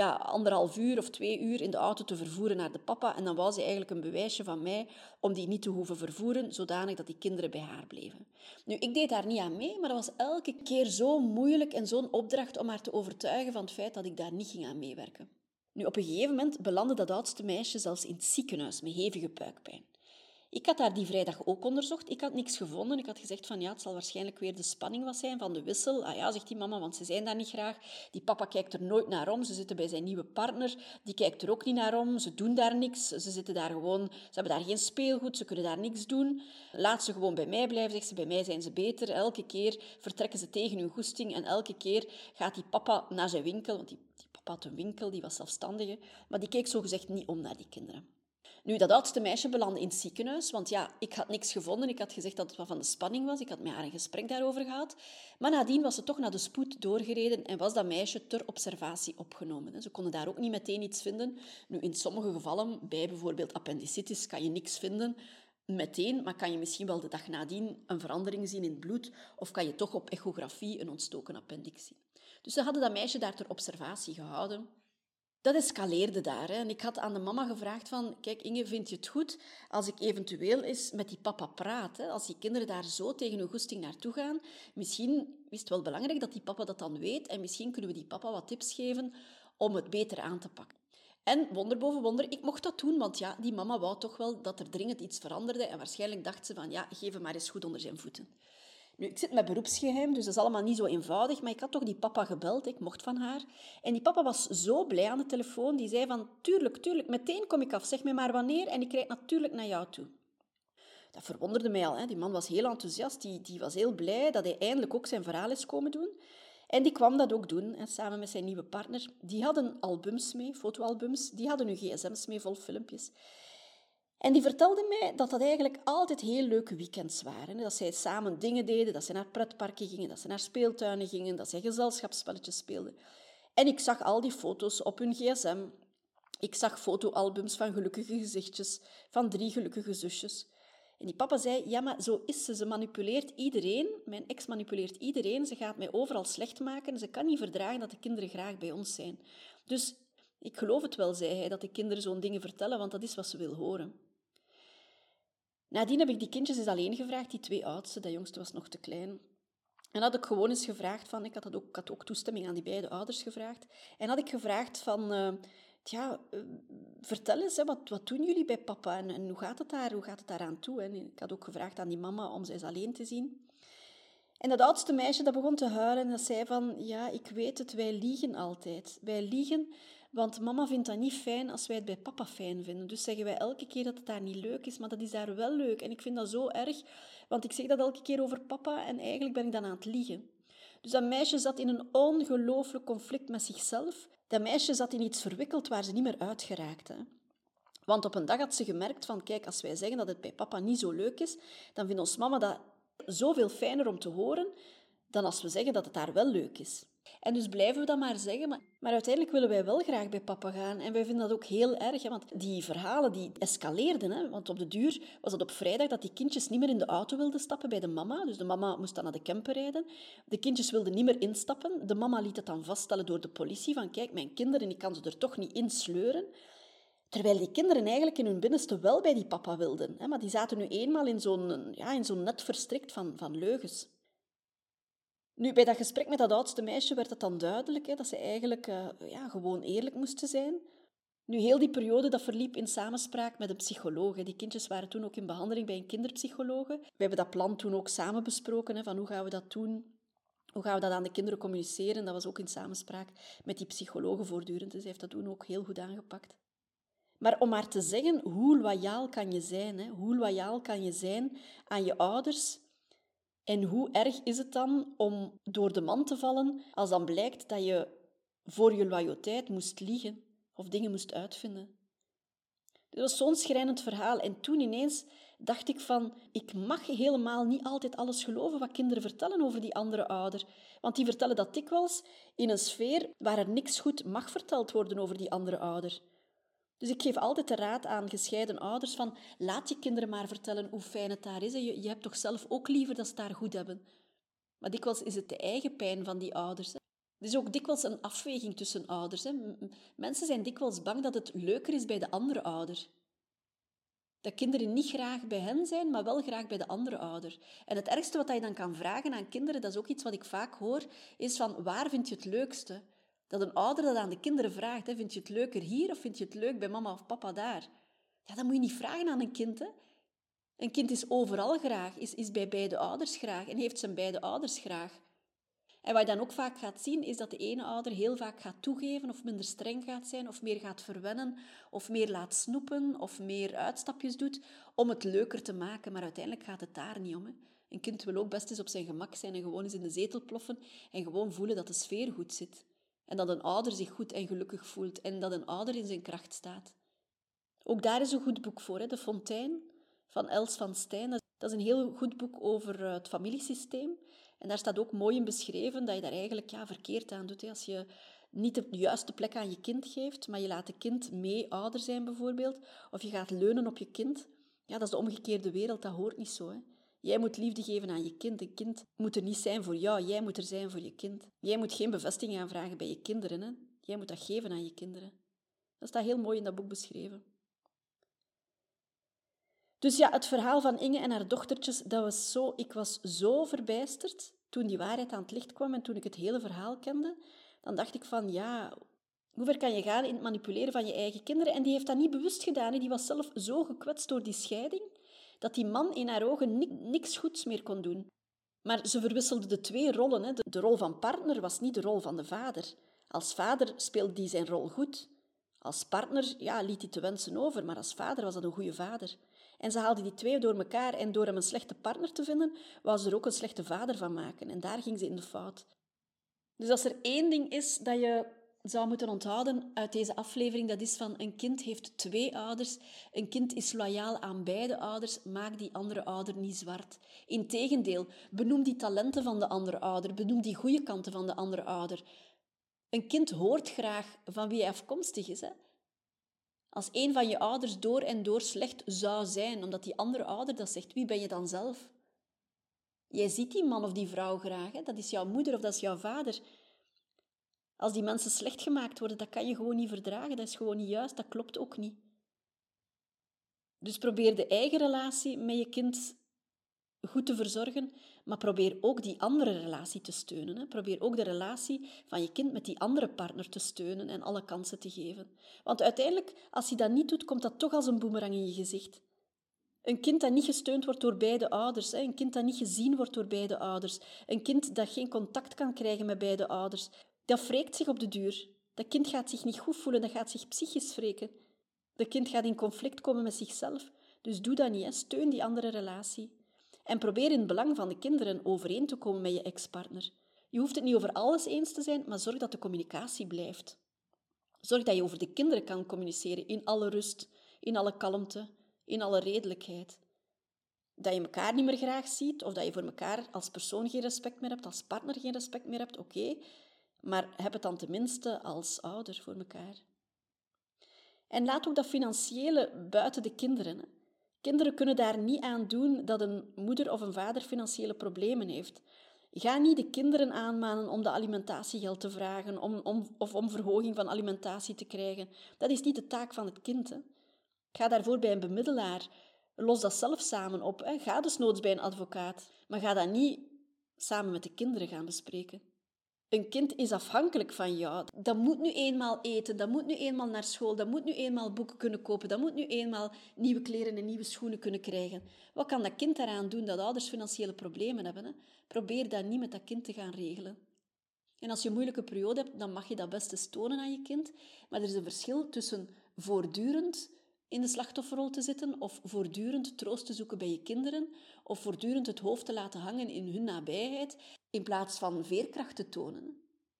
1,5 uur of 2 uur in de auto te vervoeren naar de papa. En dan wou ze eigenlijk een bewijsje van mij om die niet te hoeven vervoeren, zodanig dat die kinderen bij haar bleven. Nu, ik deed daar niet aan mee, maar dat was elke keer zo moeilijk en zo'n opdracht om haar te overtuigen van het feit dat ik daar niet ging aan meewerken. Nu, op een gegeven moment belandde dat oudste meisje zelfs in het ziekenhuis met hevige buikpijn. Ik had haar die vrijdag ook onderzocht. Ik had niks gevonden. Ik had gezegd van ja, het zal waarschijnlijk weer de spanning wat zijn van de wissel. Ah ja, zegt die mama, want ze zijn daar niet graag. Die papa kijkt er nooit naar om. Ze zitten bij zijn nieuwe partner. Die kijkt er ook niet naar om. Ze doen daar niks. Ze zitten daar gewoon... Ze hebben daar geen speelgoed. Ze kunnen daar niks doen. Laat ze gewoon bij mij blijven, zegt ze. Bij mij zijn ze beter. Elke keer vertrekken ze tegen hun goesting. En elke keer gaat die papa naar zijn winkel. Want die papa had een winkel, die was zelfstandige. Maar die keek zogezegd niet om naar die kinderen. Nu, dat oudste meisje belandde in het ziekenhuis, want ja, ik had niks gevonden. Ik had gezegd dat het wat van de spanning was. Ik had met haar een gesprek daarover gehad. Maar nadien was ze toch naar de spoed doorgereden en was dat meisje ter observatie opgenomen. Ze konden daar ook niet meteen iets vinden. Nu, in sommige gevallen, bij bijvoorbeeld appendicitis, kan je niks vinden meteen, maar kan je misschien wel de dag nadien een verandering zien in het bloed of kan je toch op echografie een ontstoken appendix zien. Dus ze hadden dat meisje daar ter observatie gehouden. Dat escaleerde daar. Hè. En ik had aan de mama gevraagd van, kijk Inge, vind je het goed als ik eventueel eens met die papa praat? Hè? Als die kinderen daar zo tegen hun goesting naartoe gaan, misschien is het wel belangrijk dat die papa dat dan weet en misschien kunnen we die papa wat tips geven om het beter aan te pakken. En wonder boven wonder, ik mocht dat doen, want ja, die mama wou toch wel dat er dringend iets veranderde. En waarschijnlijk dacht ze van, ja, geef hem maar eens goed onder zijn voeten. Nu, ik zit met beroepsgeheim, dus dat is allemaal niet zo eenvoudig, maar ik had toch die papa gebeld, ik mocht van haar. En die papa was zo blij aan de telefoon, die zei van, tuurlijk, meteen kom ik af, zeg me maar wanneer en ik rijd natuurlijk naar jou toe. Dat verwonderde mij al, hè. Die man was heel enthousiast, die was heel blij dat hij eindelijk ook zijn verhaal is komen doen. En die kwam dat ook doen, hè, samen met zijn nieuwe partner. Die hadden albums mee, fotoalbums, die hadden hun gsm's mee vol filmpjes. En die vertelde mij dat dat eigenlijk altijd heel leuke weekends waren. Dat zij samen dingen deden, dat ze naar pretparken gingen, dat ze naar speeltuinen gingen, dat zij gezelschapsspelletjes speelden. En ik zag al die foto's op hun gsm. Ik zag fotoalbums van gelukkige gezichtjes, van 3 gelukkige zusjes. En die papa zei, ja, maar zo is ze. Ze manipuleert iedereen. Mijn ex manipuleert iedereen. Ze gaat mij overal slecht maken. Ze kan niet verdragen dat de kinderen graag bij ons zijn. Dus ik geloof het wel, zei hij, dat de kinderen zo'n dingen vertellen, want dat is wat ze wil horen. Nadien heb ik die kindjes eens alleen gevraagd, die 2 oudste. Dat jongste was nog te klein. En had ik gewoon eens gevraagd van... Ik had ook toestemming aan die beide ouders gevraagd. En had ik gevraagd van... vertel eens, hè, wat doen jullie bij papa en hoe gaat het daaraan toe? Hè? Ik had ook gevraagd aan die mama om ze eens alleen te zien. En dat oudste meisje dat begon te huilen en dat zei van, ja, ik weet het, wij liegen altijd. Wij liegen, want mama vindt dat niet fijn als wij het bij papa fijn vinden. Dus zeggen wij elke keer dat het daar niet leuk is, maar dat is daar wel leuk. En ik vind dat zo erg, want ik zeg dat elke keer over papa en eigenlijk ben ik dan aan het liegen. Dus dat meisje zat in een ongelooflijk conflict met zichzelf. Dat meisje zat in iets verwikkeld waar ze niet meer uit geraakte. Want op een dag had ze gemerkt van, kijk, als wij zeggen dat het bij papa niet zo leuk is, dan vindt ons mama dat zoveel fijner om te horen dan als we zeggen dat het daar wel leuk is. En dus blijven we dat maar zeggen, maar uiteindelijk willen wij wel graag bij papa gaan. En wij vinden dat ook heel erg, hè, want die verhalen die escaleerden. Hè, want op de duur was het op vrijdag dat die kindjes niet meer in de auto wilden stappen bij de mama. Dus de mama moest dan naar de camper rijden. De kindjes wilden niet meer instappen. De mama liet het dan vaststellen door de politie van, kijk, mijn kinderen, ik kan ze er toch niet in sleuren. Terwijl die kinderen eigenlijk in hun binnenste wel bij die papa wilden. Hè, maar die zaten nu eenmaal in zo'n net verstrikt van leugens. Nu, bij dat gesprek met dat oudste meisje werd het dan duidelijk hè, dat ze eigenlijk gewoon eerlijk moesten zijn. Nu, heel die periode dat verliep in samenspraak met een psycholoog. Hè. Die kindjes waren toen ook in behandeling bij een kinderpsychologe. We hebben dat plan toen ook samen besproken, hè, van hoe gaan we dat doen? Hoe gaan we dat aan de kinderen communiceren? Dat was ook in samenspraak met die psychologe voortdurend. Dus hij heeft dat toen ook heel goed aangepakt. Maar om maar te zeggen, hoe loyaal kan je zijn? Hè? Hoe loyaal kan je zijn aan je ouders? En hoe erg is het dan om door de man te vallen als dan blijkt dat je voor je loyaliteit moest liegen of dingen moest uitvinden? Dat was zo'n schrijnend verhaal. En toen ineens dacht ik van, ik mag helemaal niet altijd alles geloven wat kinderen vertellen over die andere ouder. Want die vertellen dat dikwijls in een sfeer waar er niks goed mag verteld worden over die andere ouder. Dus ik geef altijd de raad aan gescheiden ouders van laat je kinderen maar vertellen hoe fijn het daar is. Je hebt toch zelf ook liever dat ze het daar goed hebben. Maar dikwijls is het de eigen pijn van die ouders. Hè. Er is ook dikwijls een afweging tussen ouders. Hè. Mensen zijn dikwijls bang dat het leuker is bij de andere ouder. Dat kinderen niet graag bij hen zijn, maar wel graag bij de andere ouder. En het ergste wat je dan kan vragen aan kinderen, dat is ook iets wat ik vaak hoor, is van waar vind je het leukste? Dat een ouder dat aan de kinderen vraagt, hè, vind je het leuker hier of vind je het leuk bij mama of papa daar? Ja, dat moet je niet vragen aan een kind. Hè. Een kind is overal graag, is bij beide ouders graag en heeft zijn beide ouders graag. En wat je dan ook vaak gaat zien, is dat de ene ouder heel vaak gaat toegeven of minder streng gaat zijn of meer gaat verwennen of meer laat snoepen of meer uitstapjes doet om het leuker te maken. Maar uiteindelijk gaat het daar niet om. Hè. Een kind wil ook best eens op zijn gemak zijn en gewoon eens in de zetel ploffen en gewoon voelen dat de sfeer goed zit. En dat een ouder zich goed en gelukkig voelt en dat een ouder in zijn kracht staat. Ook daar is een goed boek voor, hè? De Fontein van Els van Stijn. Dat is een heel goed boek over het familiesysteem. En daar staat ook mooi in beschreven dat je daar eigenlijk verkeerd aan doet. Hè? Als je niet de juiste plek aan je kind geeft, maar je laat het kind mee ouder zijn bijvoorbeeld, of je gaat leunen op je kind, dat is de omgekeerde wereld, dat hoort niet zo. Hè? Jij moet liefde geven aan je kind. Een kind moet er niet zijn voor jou, jij moet er zijn voor je kind. Jij moet geen bevestiging aanvragen bij je kinderen. Hè? Jij moet dat geven aan je kinderen. Dat staat heel mooi in dat boek beschreven. Dus het verhaal van Inge en haar dochtertjes, ik was zo verbijsterd toen die waarheid aan het licht kwam en toen ik het hele verhaal kende. Dan dacht ik van, Hoe ver kan je gaan in het manipuleren van je eigen kinderen? En die heeft dat niet bewust gedaan. Hè. Die was zelf zo gekwetst door die scheiding, dat die man in haar ogen niks goeds meer kon doen. Maar ze verwisselde de twee rollen. Hè. De rol van partner was niet de rol van de vader. Als vader speelde hij zijn rol goed. Als partner liet hij te wensen over, maar als vader was dat een goede vader. En ze haalde die twee door elkaar en door hem een slechte partner te vinden, wou ze er ook een slechte vader van maken. En daar ging ze in de fout. Dus als er één ding is dat je zou moeten onthouden uit deze aflevering, dat is van een kind heeft twee ouders. Een kind is loyaal aan beide ouders. Maak die andere ouder niet zwart. Integendeel, benoem die talenten van de andere ouder. Benoem die goede kanten van de andere ouder. Een kind hoort graag van wie hij afkomstig is. Hè? Als een van je ouders door en door slecht zou zijn, omdat die andere ouder dat zegt, wie ben je dan zelf? Jij ziet die man of die vrouw graag. Hè? Dat is jouw moeder of dat is jouw vader. Als die mensen slecht gemaakt worden, dat kan je gewoon niet verdragen. Dat is gewoon niet juist, dat klopt ook niet. Dus probeer de eigen relatie met je kind goed te verzorgen, maar probeer ook die andere relatie te steunen. Hè. Probeer ook de relatie van je kind met die andere partner te steunen en alle kansen te geven. Want uiteindelijk, als je dat niet doet, komt dat toch als een boemerang in je gezicht. Een kind dat niet gesteund wordt door beide ouders, hè. Een kind dat niet gezien wordt door beide ouders, een kind dat geen contact kan krijgen met beide ouders, dat wreekt zich op de duur. Dat kind gaat zich niet goed voelen, dat gaat zich psychisch wreken. Dat kind gaat in conflict komen met zichzelf. Dus doe dat niet, hè. Steun die andere relatie. En probeer in het belang van de kinderen overeen te komen met je ex-partner. Je hoeft het niet over alles eens te zijn, maar zorg dat de communicatie blijft. Zorg dat je over de kinderen kan communiceren in alle rust, in alle kalmte, in alle redelijkheid. Dat je elkaar niet meer graag ziet, of dat je voor elkaar als persoon geen respect meer hebt, als partner geen respect meer hebt, oké. Maar heb het dan tenminste als ouder voor elkaar. En laat ook dat financiële buiten de kinderen. Hè. Kinderen kunnen daar niet aan doen dat een moeder of een vader financiële problemen heeft. Ga niet de kinderen aanmanen om de alimentatiegeld te vragen of om verhoging van alimentatie te krijgen. Dat is niet de taak van het kind. Hè. Ga daarvoor bij een bemiddelaar. Los dat zelf samen op. Hè. Ga desnoods bij een advocaat. Maar ga dat niet samen met de kinderen gaan bespreken. Een kind is afhankelijk van jou. Dat moet nu eenmaal eten, dat moet nu eenmaal naar school, dat moet nu eenmaal boeken kunnen kopen, dat moet nu eenmaal nieuwe kleren en nieuwe schoenen kunnen krijgen. Wat kan dat kind daaraan doen dat ouders financiële problemen hebben? Hè? Probeer dat niet met dat kind te gaan regelen. En als je een moeilijke periode hebt, dan mag je dat best eens tonen aan je kind. Maar er is een verschil tussen voortdurend in de slachtofferrol te zitten of voortdurend troost te zoeken bij je kinderen of voortdurend het hoofd te laten hangen in hun nabijheid in plaats van veerkracht te tonen.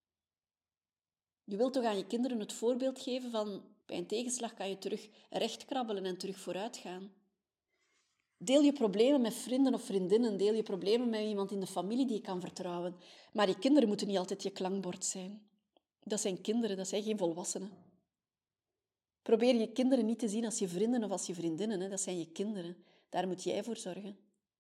Je wilt toch aan je kinderen het voorbeeld geven van bij een tegenslag kan je terug recht krabbelen en terug vooruit gaan. Deel je problemen met vrienden of vriendinnen, deel je problemen met iemand in de familie die je kan vertrouwen. Maar je kinderen moeten niet altijd je klankbord zijn. Dat zijn kinderen, dat zijn geen volwassenen. Probeer je kinderen niet te zien als je vrienden of als je vriendinnen. Hè. Dat zijn je kinderen. Daar moet jij voor zorgen.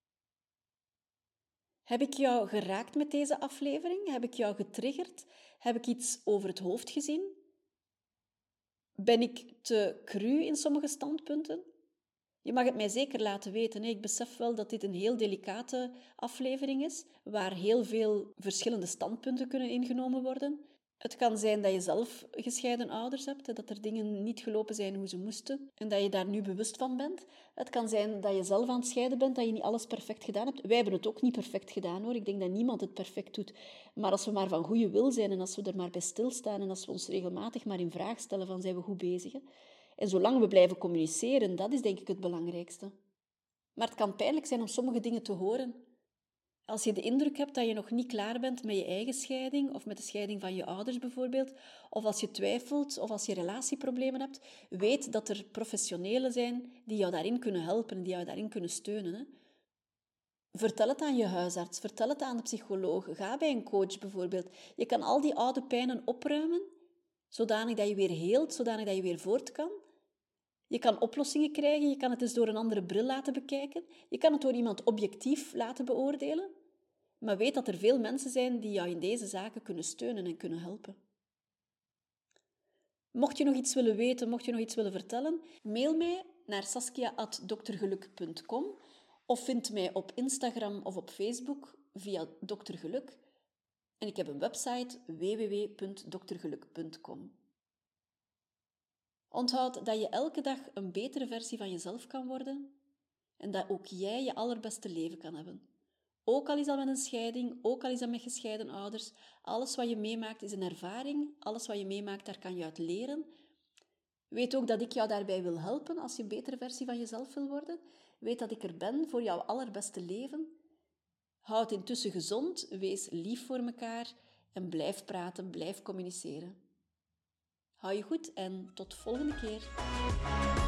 Heb ik jou geraakt met deze aflevering? Heb ik jou getriggerd? Heb ik iets over het hoofd gezien? Ben ik te cru in sommige standpunten? Je mag het mij zeker laten weten. Hè. Ik besef wel dat dit een heel delicate aflevering is, waar heel veel verschillende standpunten kunnen ingenomen worden. Het kan zijn dat je zelf gescheiden ouders hebt, dat er dingen niet gelopen zijn hoe ze moesten en dat je daar nu bewust van bent. Het kan zijn dat je zelf aan het scheiden bent, dat je niet alles perfect gedaan hebt. Wij hebben het ook niet perfect gedaan, hoor. Ik denk dat niemand het perfect doet. Maar als we maar van goede wil zijn en als we er maar bij stilstaan en als we ons regelmatig maar in vraag stellen van zijn we goed bezig. Hè? En zolang we blijven communiceren, dat is denk ik het belangrijkste. Maar het kan pijnlijk zijn om sommige dingen te horen. Als je de indruk hebt dat je nog niet klaar bent met je eigen scheiding of met de scheiding van je ouders bijvoorbeeld, of als je twijfelt of als je relatieproblemen hebt, weet dat er professionelen zijn die jou daarin kunnen helpen en die jou daarin kunnen steunen. Hè. Vertel het aan je huisarts, vertel het aan de psycholoog, ga bij een coach bijvoorbeeld. Je kan al die oude pijnen opruimen, zodanig dat je weer heelt, zodanig dat je weer voort kan. Je kan oplossingen krijgen, je kan het eens door een andere bril laten bekijken. Je kan het door iemand objectief laten beoordelen. Maar weet dat er veel mensen zijn die jou in deze zaken kunnen steunen en kunnen helpen. Mocht je nog iets willen weten, mocht je nog iets willen vertellen, mail mij naar saskia@doktergeluk.com of vind mij op Instagram of op Facebook via Dr. Geluk. En ik heb een website www.drgeluk.com. Onthoud dat je elke dag een betere versie van jezelf kan worden en dat ook jij je allerbeste leven kan hebben. Ook al is dat met een scheiding, ook al is dat met gescheiden ouders, alles wat je meemaakt is een ervaring, alles wat je meemaakt, daar kan je uit leren. Weet ook dat ik jou daarbij wil helpen als je een betere versie van jezelf wil worden. Weet dat ik er ben voor jouw allerbeste leven. Houd intussen gezond, wees lief voor elkaar en blijf praten, blijf communiceren. Hou je goed en tot volgende keer.